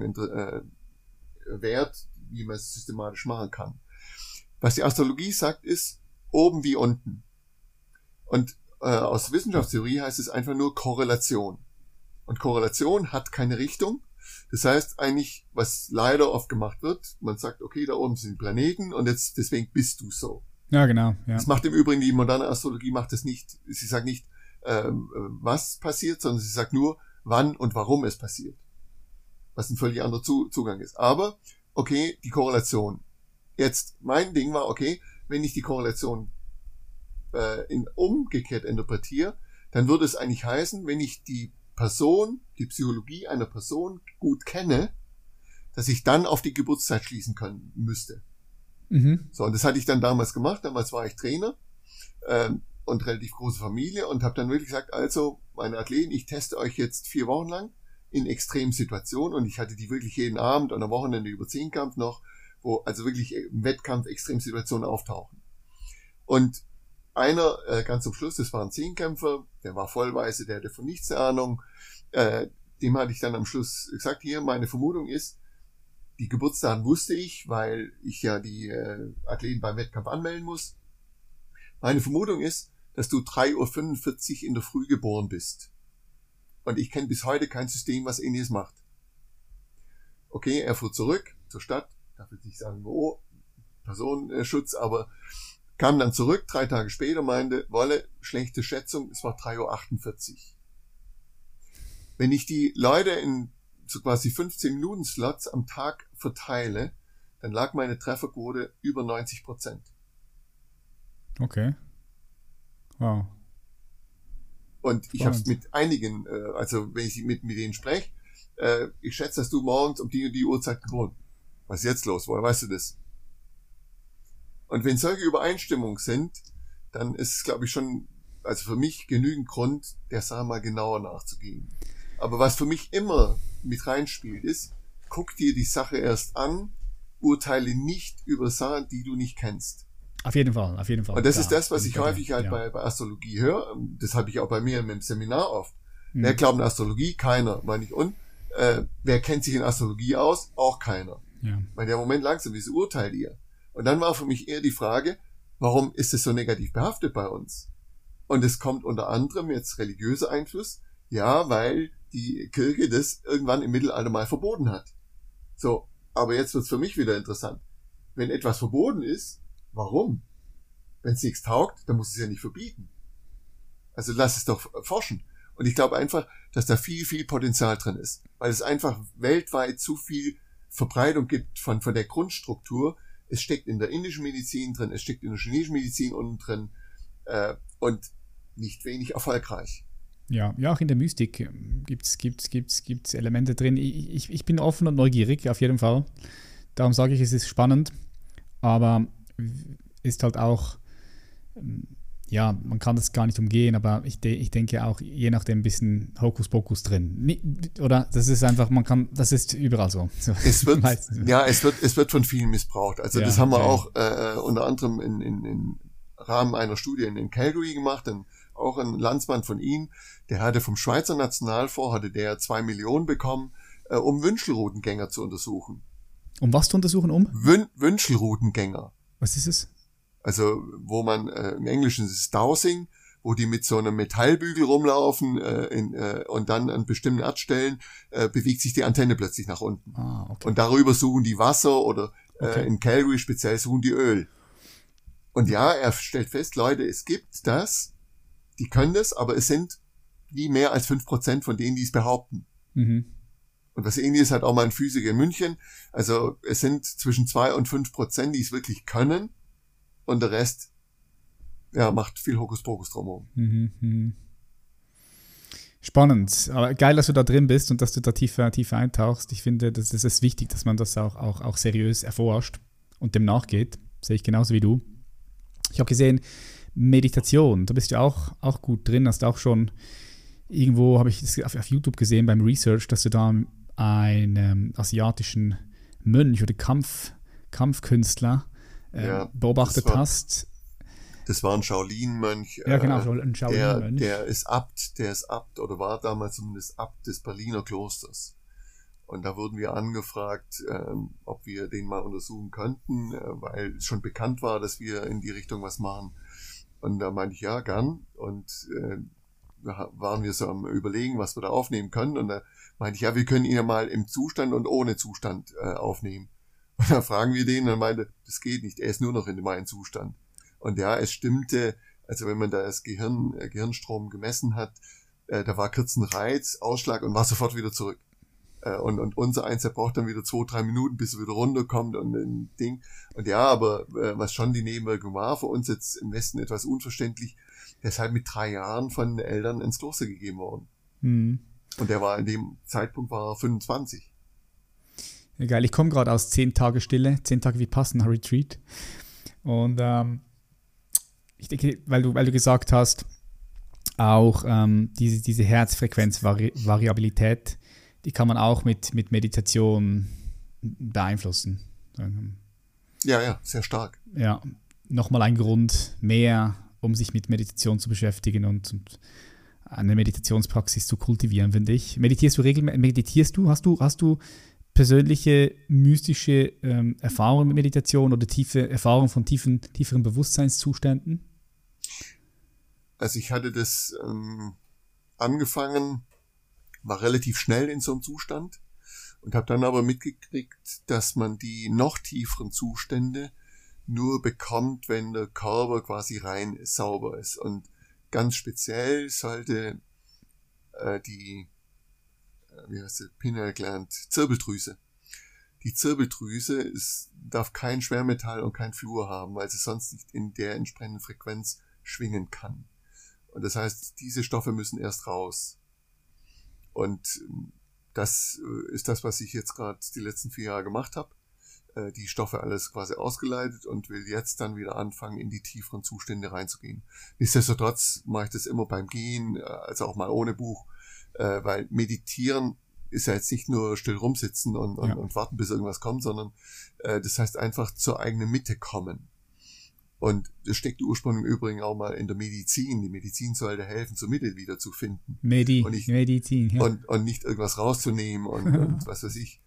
wert, wie man es systematisch machen kann. Was die Astrologie sagt, ist oben wie unten. Und aus Wissenschaftstheorie heißt es einfach nur Korrelation. Und Korrelation hat keine Richtung. Das heißt eigentlich, was leider oft gemacht wird, man sagt, okay, da oben sind Planeten und jetzt deswegen bist du so. Ja, genau. Ja. Das macht im Übrigen die moderne Astrologie macht das nicht. Sie sagt nicht, was passiert, sondern sie sagt nur, wann und warum es passiert. Was ein völlig anderer Zugang ist. Aber, okay, die Korrelation. Jetzt, mein Ding war, okay, wenn ich die Korrelation umgekehrt interpretiere, dann würde es eigentlich heißen, wenn ich die Psychologie einer Person gut kenne, dass ich dann auf die Geburtszeit schließen können müsste. So, und das hatte ich dann damals gemacht. Damals war ich Trainer und relativ große Familie und habe dann wirklich gesagt, also meine Athleten, ich teste euch jetzt 4 Wochen lang in Extremsituationen und ich hatte die wirklich jeden Abend und am Wochenende über 10-Kampf noch, wo also wirklich im Wettkampf Extremsituationen auftauchen. Und einer ganz zum Schluss, das war ein 10-Kämpfer, der war Vollweise, der hatte von nichts eine Ahnung, dem hatte ich dann am Schluss gesagt, hier, meine Vermutung ist, die Geburtsdaten wusste ich, weil ich ja die Athleten beim Wettkampf anmelden muss. Meine Vermutung ist, dass du 3:45 Uhr in der Früh geboren bist. Und ich kenne bis heute kein System, was Ähnliches macht. Okay, er fuhr zurück zur Stadt, darf jetzt nicht sagen, wo, Personenschutz, aber kam dann zurück, 3 Tage später, meinte, Wolle, schlechte Schätzung, es war 3:48 Uhr. Wenn ich die Leute in so quasi 15-Minuten-Slots am Tag verteile, dann lag meine Trefferquote über 90%. Okay. Wow. Und ich habe es mit einigen, also wenn ich mit denen spreche, ich schätze, dass du morgens um die und die Uhrzeit geboren. Was ist jetzt los? Woher weißt du das? Und wenn solche Übereinstimmungen sind, dann ist es, glaube ich, schon, also für mich genügend Grund, der Sache mal genauer nachzugehen. Aber was für mich immer mit reinspielt ist, guck dir die Sache erst an, urteile nicht über Sachen, die du nicht kennst. Auf jeden Fall, auf jeden Fall. Und das ist das, was ich häufig halt bei Astrologie höre. Das habe ich auch bei mir im Seminar oft. Wer glaubt an Astrologie? Keiner, meine ich. Und wer kennt sich in Astrologie aus? Auch keiner. Ja. Weil der Moment langsam, wieso urteilt ihr? Und dann war für mich eher die Frage, warum ist es so negativ behaftet bei uns? Und es kommt unter anderem jetzt religiöser Einfluss. Ja, weil die Kirche das irgendwann im Mittelalter mal verboten hat. So, aber jetzt wird's für mich wieder interessant. Wenn etwas verboten ist, warum? Wenn es nichts taugt, dann muss es ja nicht verbieten. Also lass es doch forschen. Und ich glaube einfach, dass da viel, viel Potenzial drin ist. Weil es einfach weltweit zu viel Verbreitung gibt von der Grundstruktur. Es steckt in der indischen Medizin drin, es steckt in der chinesischen Medizin unten drin und nicht wenig erfolgreich. Ja, auch in der Mystik gibt's Elemente drin. Ich bin offen und neugierig, auf jeden Fall. Darum sage ich, es ist spannend, aber ist halt auch, ja, man kann das gar nicht umgehen, aber ich denke auch, je nachdem ein bisschen Hokuspokus drin. Oder das ist einfach, das ist überall so. Es wird von vielen missbraucht. Also das haben wir auch unter anderem im Rahmen einer Studie in Calgary gemacht, auch ein Landsmann von ihm, der hatte vom Schweizer Nationalfonds, hatte der 2 Millionen bekommen, um Wünschelroutengänger zu untersuchen. Um was zu untersuchen? Wünschelroutengänger. Was ist es? Also, wo man, im Englischen ist es Dowsing, wo die mit so einem Metallbügel rumlaufen und dann an bestimmten Erdstellen bewegt sich die Antenne plötzlich nach unten. Ah, okay. Und darüber suchen die Wasser oder in Calgary speziell suchen die Öl. Und ja, er stellt fest, Leute, es gibt das, die können das, aber es sind nie mehr als 5% von denen, die es behaupten. Mhm. Und was ähnliches hat auch mal ein Physiker in München. Also es sind zwischen 2 und 5%, die es wirklich können. Und der Rest, ja, macht viel Hokuspokus drumherum. Spannend. Aber geil, dass du da drin bist und dass du da tiefer eintauchst. Ich finde, das ist wichtig, dass man das auch seriös erforscht und dem nachgeht. Sehe ich genauso wie du. Ich habe gesehen, Meditation, da bist du auch gut drin, hast auch schon irgendwo habe ich das auf YouTube gesehen beim Research, dass du da einen asiatischen Mönch oder Kampfkünstler beobachtet hast. Das war ein Shaolin-Mönch. Ja, genau, ein Shaolin-Mönch. Der ist Abt oder war damals zumindest Abt des Berliner Klosters. Und da wurden wir angefragt, ob wir den mal untersuchen könnten, weil es schon bekannt war, dass wir in die Richtung was machen. Und da meinte ich, ja, gern. Und da waren wir so am Überlegen, was wir da aufnehmen können. Und da meinte ich, ja, wir können ihn ja mal im Zustand und ohne Zustand aufnehmen. Und da fragen wir den und er meinte, das geht nicht, er ist nur noch in dem einen Zustand. Und ja, es stimmte, also wenn man da das Gehirnstrom gemessen hat, da war kurz ein Reiz, Ausschlag und war sofort wieder zurück. Und unser Eins, der braucht dann wieder 2-3 Minuten, bis er wieder runterkommt und ein Ding. Und ja, aber was schon die Nebenwirkung war, für uns jetzt im Westen etwas unverständlich, der ist halt mit 3 Jahren von den Eltern ins Kloster gegeben worden. Mhm. Und der war in dem Zeitpunkt war 25. Ja, geil, ich komme gerade aus 10 Tage Stille, 10 Tage Vipassana Retreat. Und ich denke, weil du gesagt hast, auch diese Herzfrequenzvariabilität, die kann man auch mit Meditation beeinflussen. Ja, sehr stark. Ja, nochmal ein Grund mehr, um sich mit Meditation zu beschäftigen und eine Meditationspraxis zu kultivieren, finde ich. Meditierst du regelmäßig? Hast du persönliche mystische Erfahrungen mit Meditation oder tiefe Erfahrungen von tieferen Bewusstseinszuständen? Also ich hatte das angefangen, war relativ schnell in so einem Zustand und habe dann aber mitgekriegt, dass man die noch tieferen Zustände nur bekommt, wenn der Körper quasi rein ist, sauber ist. Und ganz speziell sollte die Pineal Gland, Zirbeldrüse. Die Zirbeldrüse darf kein Schwermetall und kein Fluor haben, weil sie sonst nicht in der entsprechenden Frequenz schwingen kann. Und das heißt, diese Stoffe müssen erst raus. Und das ist das, was ich jetzt gerade die letzten 4 Jahre gemacht habe. Die Stoffe alles quasi ausgeleitet und will jetzt dann wieder anfangen, in die tieferen Zustände reinzugehen. Nichtsdestotrotz mache ich das immer beim Gehen, also auch mal ohne Buch, weil Meditieren ist ja jetzt nicht nur still rumsitzen und warten, bis irgendwas kommt, sondern das heißt einfach zur eigenen Mitte kommen. Und das steckt ursprünglich im Übrigen auch mal in der Medizin. Die Medizin sollte helfen, zur Mitte wieder zu finden. Medizin, ja. Und nicht irgendwas rauszunehmen und was weiß ich.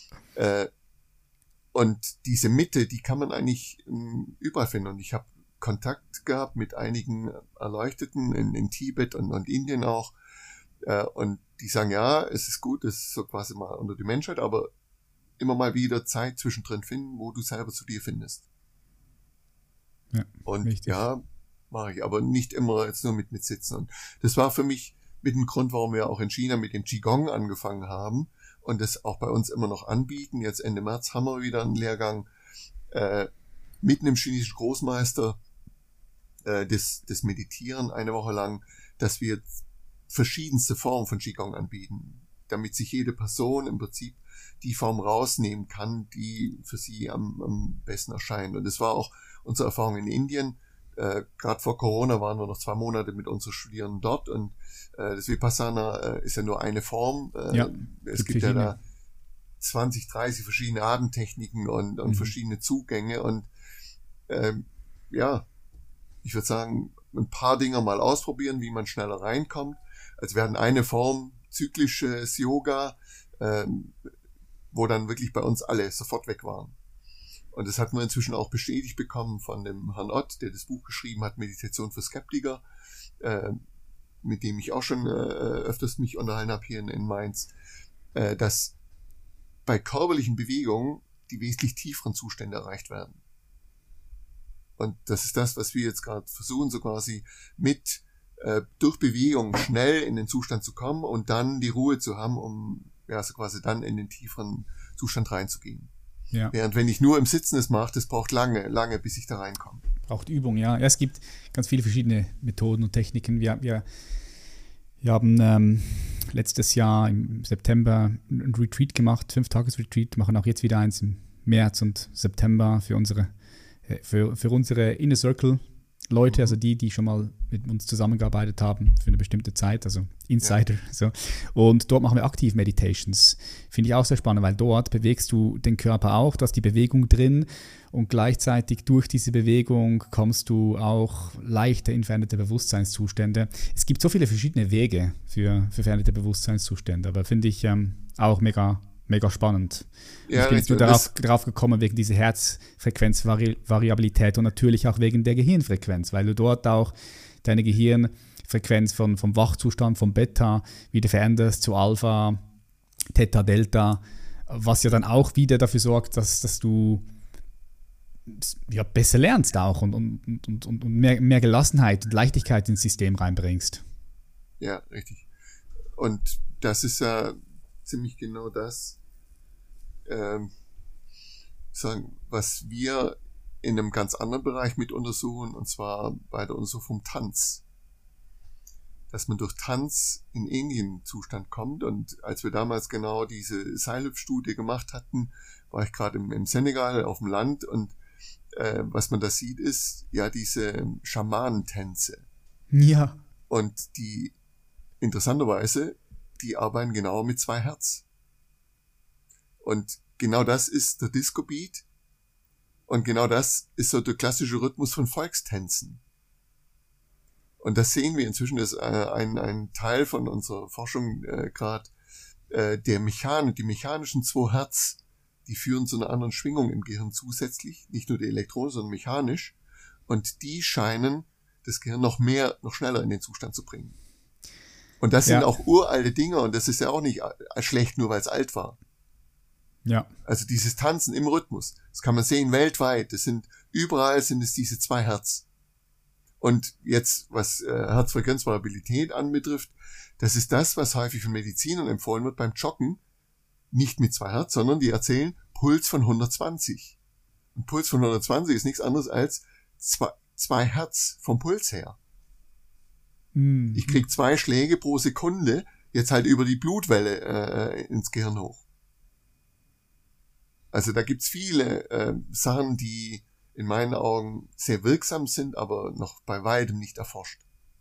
Und diese Mitte, die kann man eigentlich überall finden. Und ich habe Kontakt gehabt mit einigen Erleuchteten in Tibet und Indien auch. Und die sagen, ja, es ist gut, es ist so quasi mal unter die Menschheit, aber immer mal wieder Zeit zwischendrin finden, wo du selber zu dir findest. Ja, und richtig. Ja, mache ich, aber nicht immer jetzt nur mit Sitzen. Und das war für mich mit dem Grund, warum wir auch in China mit dem Qigong angefangen haben und das auch bei uns immer noch anbieten. Jetzt Ende März haben wir wieder einen Lehrgang mit einem chinesischen Großmeister, das Meditieren eine Woche lang, dass wir verschiedenste Formen von Qigong anbieten, damit sich jede Person im Prinzip die Form rausnehmen kann, die für sie am besten erscheint. Und das war auch unsere Erfahrung in Indien. Gerade vor Corona waren wir noch 2 Monate mit unseren Studierenden dort und das Vipassana ist ja nur eine Form. Es gibt ja da 20, 30 verschiedene Atemtechniken und verschiedene Zugänge und ich würde sagen, ein paar Dinge mal ausprobieren, wie man schneller reinkommt. Also wir hatten eine Form, zyklisches Yoga, wo dann wirklich bei uns alle sofort weg waren. Und das hatten wir inzwischen auch bestätigt bekommen von dem Herrn Ott, der das Buch geschrieben hat, Meditation für Skeptiker, mit dem ich auch schon öfters mich unterhalten habe hier in Mainz, dass bei körperlichen Bewegungen die wesentlich tieferen Zustände erreicht werden. Und das ist das, was wir jetzt gerade versuchen, so quasi mit durch Bewegung schnell in den Zustand zu kommen und dann die Ruhe zu haben, um so quasi dann in den tieferen Zustand reinzugehen. Ja. Während wenn ich nur im Sitzen es mache, das braucht lange, bis ich da reinkomme. Braucht Übung, ja. Es gibt ganz viele verschiedene Methoden und Techniken. Wir haben letztes Jahr im September ein Retreat gemacht, 5-Tages-Retreat, machen auch jetzt wieder eins im März und September für unsere Inner Circle Leute, also die schon mal mit uns zusammengearbeitet haben für eine bestimmte Zeit, also Insider. Ja. So. Und dort machen wir aktiv Meditations. Finde ich auch sehr spannend, weil dort bewegst du den Körper auch, du hast die Bewegung drin und gleichzeitig durch diese Bewegung kommst du auch leichter in veränderte Bewusstseinszustände. Es gibt so viele verschiedene Wege für veränderte Bewusstseinszustände, aber finde ich auch mega spannend. Ja, ich bin jetzt nur darauf gekommen wegen dieser Herzfrequenzvariabilität und natürlich auch wegen der Gehirnfrequenz, weil du dort auch deine Gehirnfrequenz vom Wachzustand, vom Beta wieder veränderst zu Alpha, Theta, Delta, was ja dann auch wieder dafür sorgt, dass du besser lernst auch und mehr Gelassenheit und Leichtigkeit ins System reinbringst. Ja, richtig. Und das ist ja ziemlich genau das, was wir in einem ganz anderen Bereich mit untersuchen, und zwar bei der Untersuchung vom Tanz. Dass man durch Tanz in ähnlichen Zustand kommt. Und als wir damals genau diese Seilhüpfstudie gemacht hatten, war ich gerade im Senegal auf dem Land, und was man da sieht, ist ja diese Schamanentänze. Ja. Und die interessanterweise, die arbeiten genau mit 2 Hertz. Und genau das ist der Disco-Beat. Und genau das ist so der klassische Rhythmus von Volkstänzen. Und das sehen wir inzwischen, das ist ein Teil von unserer Forschung gerade, die mechanischen 2 Hertz, die führen zu einer anderen Schwingung im Gehirn zusätzlich, nicht nur die Elektronen, sondern mechanisch. Und die scheinen das Gehirn noch schneller in den Zustand zu bringen. Und das sind auch uralte Dinge, und das ist ja auch nicht schlecht, nur weil es alt war. Ja. Also dieses Tanzen im Rhythmus, das kann man sehen weltweit, überall sind es diese 2 Hertz. Und jetzt, was Herzfrequenzvariabilität anbetrifft, das ist das, was häufig von Medizinern empfohlen wird beim Joggen, nicht mit 2 Hertz, sondern die erzählen Puls von 120. Und Puls von 120 ist nichts anderes als 2 Hertz vom Puls her. Ich krieg 2 Schläge pro Sekunde, jetzt halt über die Blutwelle ins Gehirn hoch. Also da gibt's viele Sachen, die in meinen Augen sehr wirksam sind, aber noch bei weitem nicht erforscht.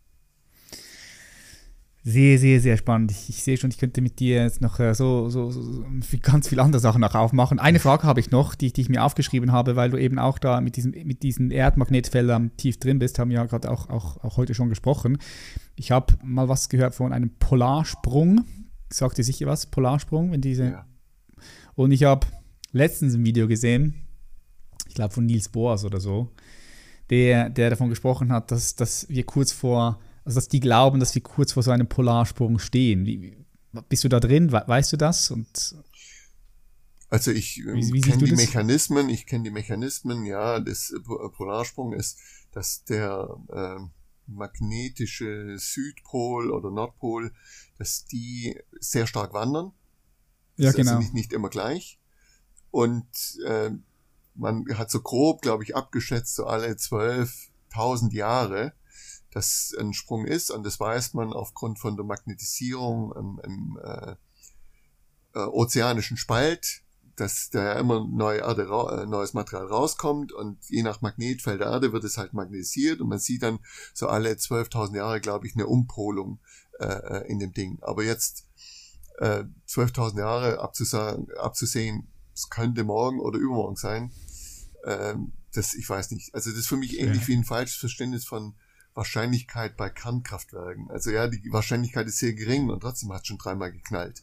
Sehr, sehr, sehr spannend. Ich sehe schon, ich könnte mit dir jetzt noch so ganz viele andere Sachen noch aufmachen. Eine Frage habe ich noch, die ich mir aufgeschrieben habe, weil du eben auch da mit diesen Erdmagnetfeldern tief drin bist, haben wir ja gerade auch heute schon gesprochen. Ich habe mal was gehört von einem Polarsprung. Sagt dir sicher was? Polarsprung? Ja. Und ich habe letztens ein Video gesehen, ich glaube von Niels Boas oder so, der davon gesprochen hat, dass wir dass die glauben, dass wir kurz vor so einem Polarsprung stehen. Bist du da drin? Weißt du das? Also ich kenne die Mechanismen, ja, des Polarsprung ist, dass der magnetische Südpol oder Nordpol, dass die sehr stark wandern. Ja, genau. Also nicht immer gleich. Und man hat so grob, glaube ich, abgeschätzt, so alle 12.000 Jahre, dass ein Sprung ist, und das weiß man aufgrund von der Magnetisierung im ozeanischen Spalt, dass da immer neues Material rauskommt, und je nach Magnetfeld der Erde wird es halt magnetisiert, und man sieht dann so alle 12.000 Jahre, glaube ich, eine Umpolung in dem Ding. Aber jetzt 12.000 Jahre abzusehen, es könnte morgen oder übermorgen sein, ich weiß nicht. Also das ist für mich ähnlich wie ein falsches Verständnis von Wahrscheinlichkeit bei Kernkraftwerken. Also ja, die Wahrscheinlichkeit ist sehr gering, und trotzdem hat es schon 3-mal geknallt.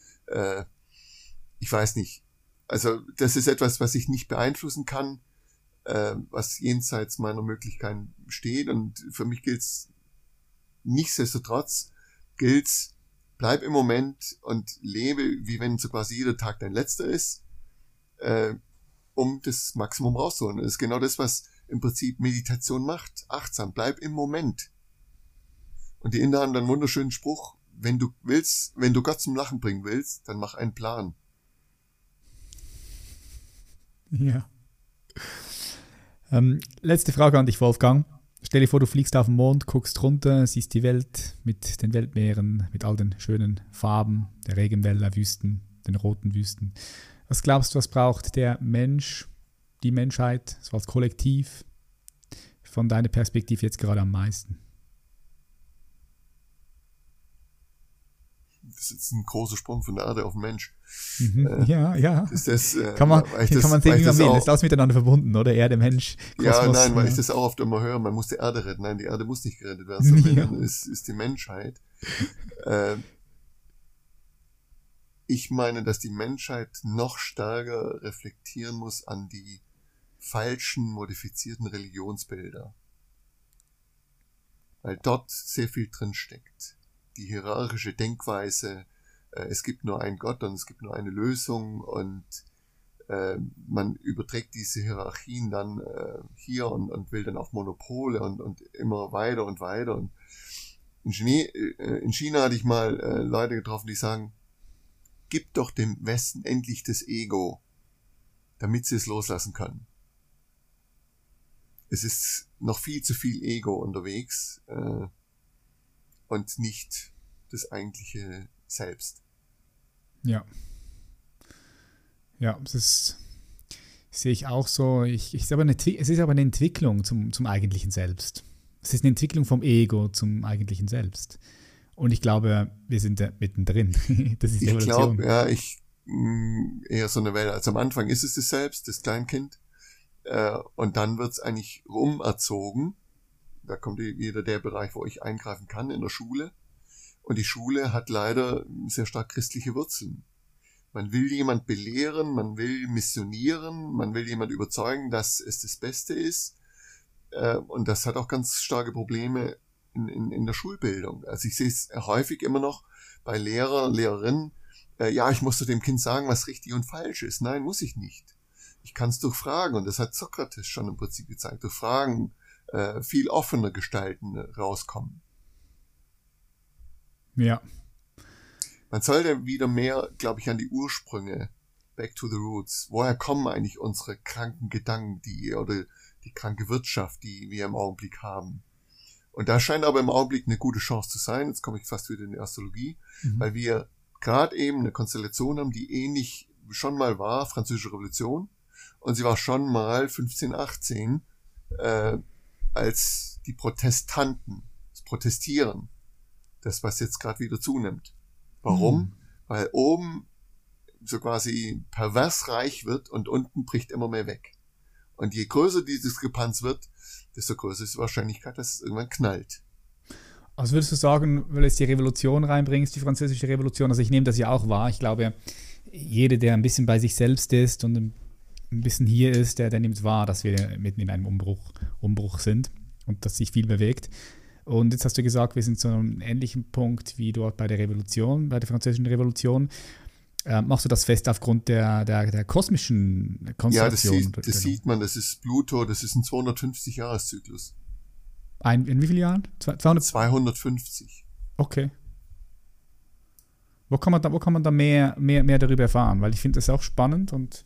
Ich weiß nicht. Also das ist etwas, was ich nicht beeinflussen kann, was jenseits meiner Möglichkeiten steht, und für mich gilt's nichtsdestotrotz, bleib im Moment und lebe, wie wenn so quasi jeder Tag dein letzter ist, um das Maximum rauszuholen. Das ist genau das, was im Prinzip Meditation macht. Achtsam, bleib im Moment. Und die Inder haben dann einen wunderschönen Spruch: Wenn du Gott zum Lachen bringen willst, dann mach einen Plan. Ja. Letzte Frage an dich, Wolfgang. Stell dir vor, du fliegst auf den Mond, guckst runter, siehst die Welt mit den Weltmeeren, mit all den schönen Farben, der Regenwälder, Wüsten, den roten Wüsten. Was glaubst du, was braucht der Mensch, die Menschheit, so als Kollektiv, von deiner Perspektive jetzt gerade am meisten? Das ist jetzt ein großer Sprung von der Erde auf den Mensch. Ja. Kann man sehen, wie man will. Das ist alles miteinander verbunden, oder? Erde, Mensch, Kosmos. Ja, weil ich das auch oft immer höre, man muss die Erde retten. Nein, die Erde muss nicht gerettet werden, sondern ist die Menschheit. Ich meine, dass die Menschheit noch stärker reflektieren muss an die falschen, modifizierten Religionsbilder. Weil dort sehr viel drin steckt. Die hierarchische Denkweise, es gibt nur einen Gott und es gibt nur eine Lösung und man überträgt diese Hierarchien dann hier und will dann auch Monopole und immer weiter und weiter. Und in China hatte ich mal Leute getroffen, die sagen, gib doch dem Westen endlich das Ego, damit sie es loslassen können. Es ist noch viel zu viel Ego unterwegs, und nicht das eigentliche Selbst. Ja, das sehe ich auch so. Es ist aber eine Entwicklung zum eigentlichen Selbst. Es ist eine Entwicklung vom Ego zum eigentlichen Selbst. Und ich glaube, wir sind da mittendrin. Das ist die Evolution. Ich glaube, eher so eine Welle. Also am Anfang ist es das Selbst, das Kleinkind. Und dann wird es eigentlich rumerzogen. Da kommt wieder der Bereich, wo ich eingreifen kann, in der Schule. Und die Schule hat leider sehr stark christliche Wurzeln. Man will jemand belehren, man will missionieren, man will jemand überzeugen, dass es das Beste ist. Und das hat auch ganz starke Probleme in der Schulbildung. Also ich sehe es häufig immer noch bei Lehrer, Lehrerinnen. Ich muss dem Kind sagen, was richtig und falsch ist. Nein, muss ich nicht. Ich kann es durch Fragen, und das hat Sokrates schon im Prinzip gezeigt, durch Fragen viel offener gestalten rauskommen. Ja. Man sollte wieder mehr, glaube ich, an die Ursprünge, back to the roots. Woher kommen eigentlich unsere kranken Gedanken, oder die kranke Wirtschaft, die wir im Augenblick haben? Und da scheint aber im Augenblick eine gute Chance zu sein. Jetzt komme ich fast wieder in die Astrologie, weil wir gerade eben eine Konstellation haben, die ähnlich schon mal war, Französische Revolution. Und sie war schon mal 1518, als die Protestanten, das Protestieren, das, was jetzt gerade wieder zunimmt. Warum? Weil oben so quasi pervers reich wird und unten bricht immer mehr weg. Und je größer die Diskrepanz wird, desto größer ist die Wahrscheinlichkeit, dass es irgendwann knallt. Also würdest du sagen, weil du jetzt die Revolution reinbringst, die französische Revolution, also ich nehme das ja auch wahr, ich glaube, jeder, der ein bisschen bei sich selbst ist und ein bisschen hier ist, der nimmt wahr, dass wir mitten in einem Umbruch sind und dass sich viel bewegt. Und jetzt hast du gesagt, wir sind zu einem ähnlichen Punkt wie dort bei der Revolution, bei der Französischen Revolution. Machst du das fest aufgrund der kosmischen Konstellation? Ja, das sieht man, das ist Pluto, das ist ein 250-Jahres-Zyklus. In wie vielen Jahren? 250. Okay. Wo kann man da mehr darüber erfahren? Weil ich finde das auch spannend und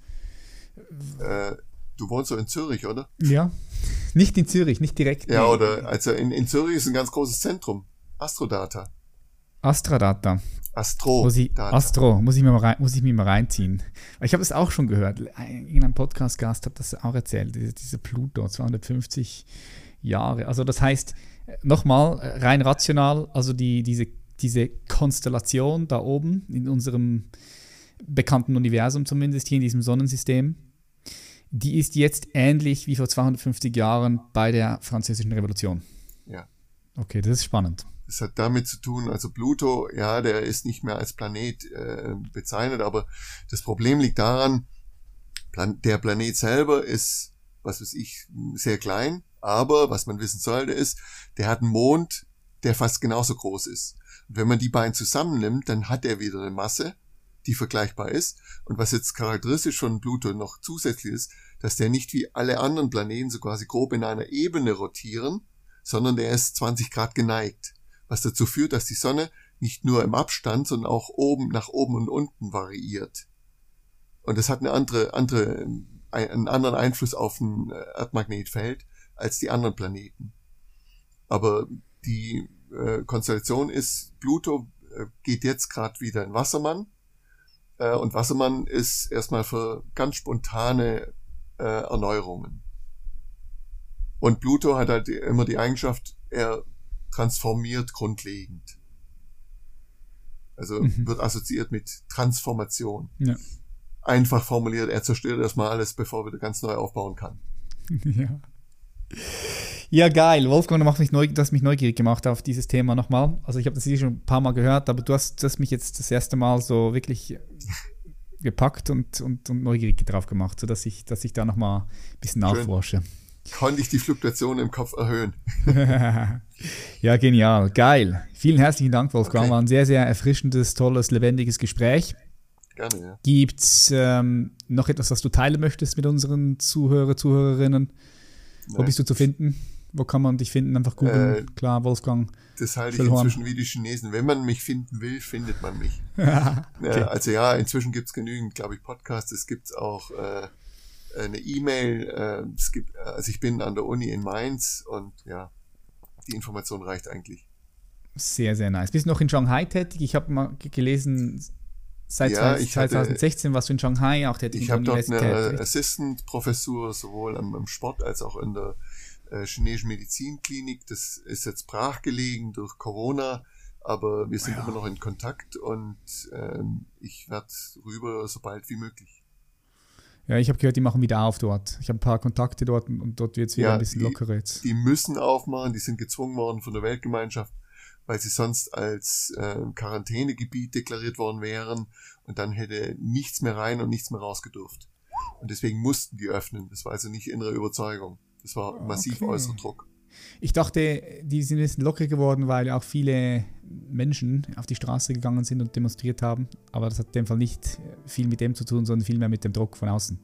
du wohnst so in Zürich, oder? Ja, nicht in Zürich, nicht direkt. Ja, oder, also in Zürich ist ein ganz großes Zentrum. Astrodata. Astrodata. Astro, muss ich mir mal reinziehen. Ich habe es auch schon gehört. Irgendein Podcast-Gast hat das auch erzählt, diese Pluto, 250 Jahre. Also das heißt, nochmal, rein rational, also diese Konstellation da oben in unserem bekannten Universum, zumindest hier in diesem Sonnensystem, die ist jetzt ähnlich wie vor 250 Jahren bei der Französischen Revolution. Ja. Okay, das ist spannend. Das hat damit zu tun, also Pluto, ja, der ist nicht mehr als Planet bezeichnet, aber das Problem liegt daran, der Planet selber ist, was weiß ich, sehr klein, aber was man wissen sollte ist, der hat einen Mond, der fast genauso groß ist. Und wenn man die beiden zusammennimmt, dann hat er wieder eine Masse, die vergleichbar ist. Und was jetzt charakteristisch von Pluto noch zusätzlich ist, dass der nicht wie alle anderen Planeten so quasi grob in einer Ebene rotieren, sondern der ist 20 Grad geneigt. Was dazu führt, dass die Sonne nicht nur im Abstand, sondern auch nach oben und unten variiert. Und das hat einen anderen Einfluss auf ein Erdmagnetfeld als die anderen Planeten. Aber die Konstellation ist, Pluto geht jetzt gerade wieder in Wassermann. Und Wassermann ist erstmal für ganz spontane Erneuerungen. Und Pluto hat halt immer die Eigenschaft, er transformiert grundlegend. Also wird assoziiert mit Transformation. Ja. Einfach formuliert, er zerstört erstmal alles, bevor er wieder ganz neu aufbauen kann. Ja. Ja, geil. Wolfgang, du hast mich neugierig gemacht auf dieses Thema nochmal. Also ich habe das hier schon ein paar Mal gehört, aber du hast mich jetzt das erste Mal so wirklich gepackt und neugierig drauf gemacht, sodass ich da nochmal ein bisschen nachforsche. Konnte ich die Fluktuation im Kopf erhöhen. Ja, genial. Geil. Vielen herzlichen Dank, Wolfgang. Okay. War ein sehr, sehr erfrischendes, tolles, lebendiges Gespräch. Gerne, ja. Gibt's noch etwas, was du teilen möchtest mit unseren Zuhörerinnen? Wo bist du zu finden? Wo kann man dich finden? Einfach googeln. Klar, Wolfgang. Das halte ich Schellhorn. inzwischen wie die Chinesen. Wenn man mich finden will, findet man mich. Okay. Also ja, inzwischen gibt es genügend, glaube ich, Podcasts. Es gibt auch eine E-Mail. Also ich bin an der Uni in Mainz und ja, die Information reicht eigentlich. Sehr, sehr nice. Bist du noch in Shanghai tätig? Ich habe mal gelesen, seit 2016 warst du in Shanghai auch tätig. Ich habe dort eine Assistant-Professur sowohl am Sport als auch in der chinesischen Medizinklinik. Das ist jetzt brachgelegen durch Corona, aber wir sind immer noch in Kontakt und ich werde rüber so bald wie möglich. Ja, ich habe gehört, die machen wieder auf dort. Ich habe ein paar Kontakte dort und dort wird es wieder ein bisschen lockerer jetzt. Die müssen aufmachen, die sind gezwungen worden von der Weltgemeinschaft, weil sie sonst als Quarantänegebiet deklariert worden wären und dann hätte nichts mehr rein und nichts mehr raus gedurft. Und deswegen mussten die öffnen. Das war also nicht innere Überzeugung. Das war massiv äußerer Druck. Ich dachte, die sind ein bisschen locker geworden, weil auch viele Menschen auf die Straße gegangen sind und demonstriert haben. Aber das hat in dem Fall nicht viel mit dem zu tun, sondern vielmehr mit dem Druck von außen.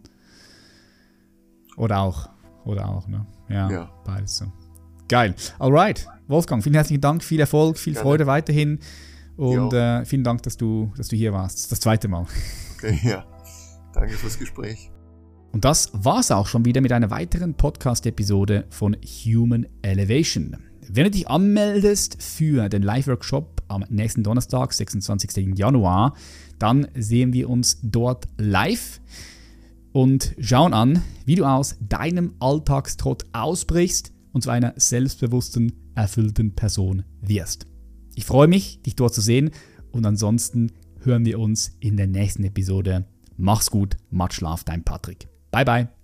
Oder auch, ne? Ja. Beides so. Geil. Alright. Wolfgang, vielen herzlichen Dank, viel Erfolg, viel Freude weiterhin. Und vielen Dank, dass du hier warst. Das zweite Mal. Okay, ja. Danke fürs Gespräch. Und das war's auch schon wieder mit einer weiteren Podcast-Episode von Human Elevation. Wenn du dich anmeldest für den Live-Workshop am nächsten Donnerstag, 26. Januar, dann sehen wir uns dort live und schauen an, wie du aus deinem Alltagstrott ausbrichst und zu einer selbstbewussten, erfüllten Person wirst. Ich freue mich, dich dort zu sehen und ansonsten hören wir uns in der nächsten Episode. Mach's gut, Matt Schlaf, dein Patrick. Bye, bye.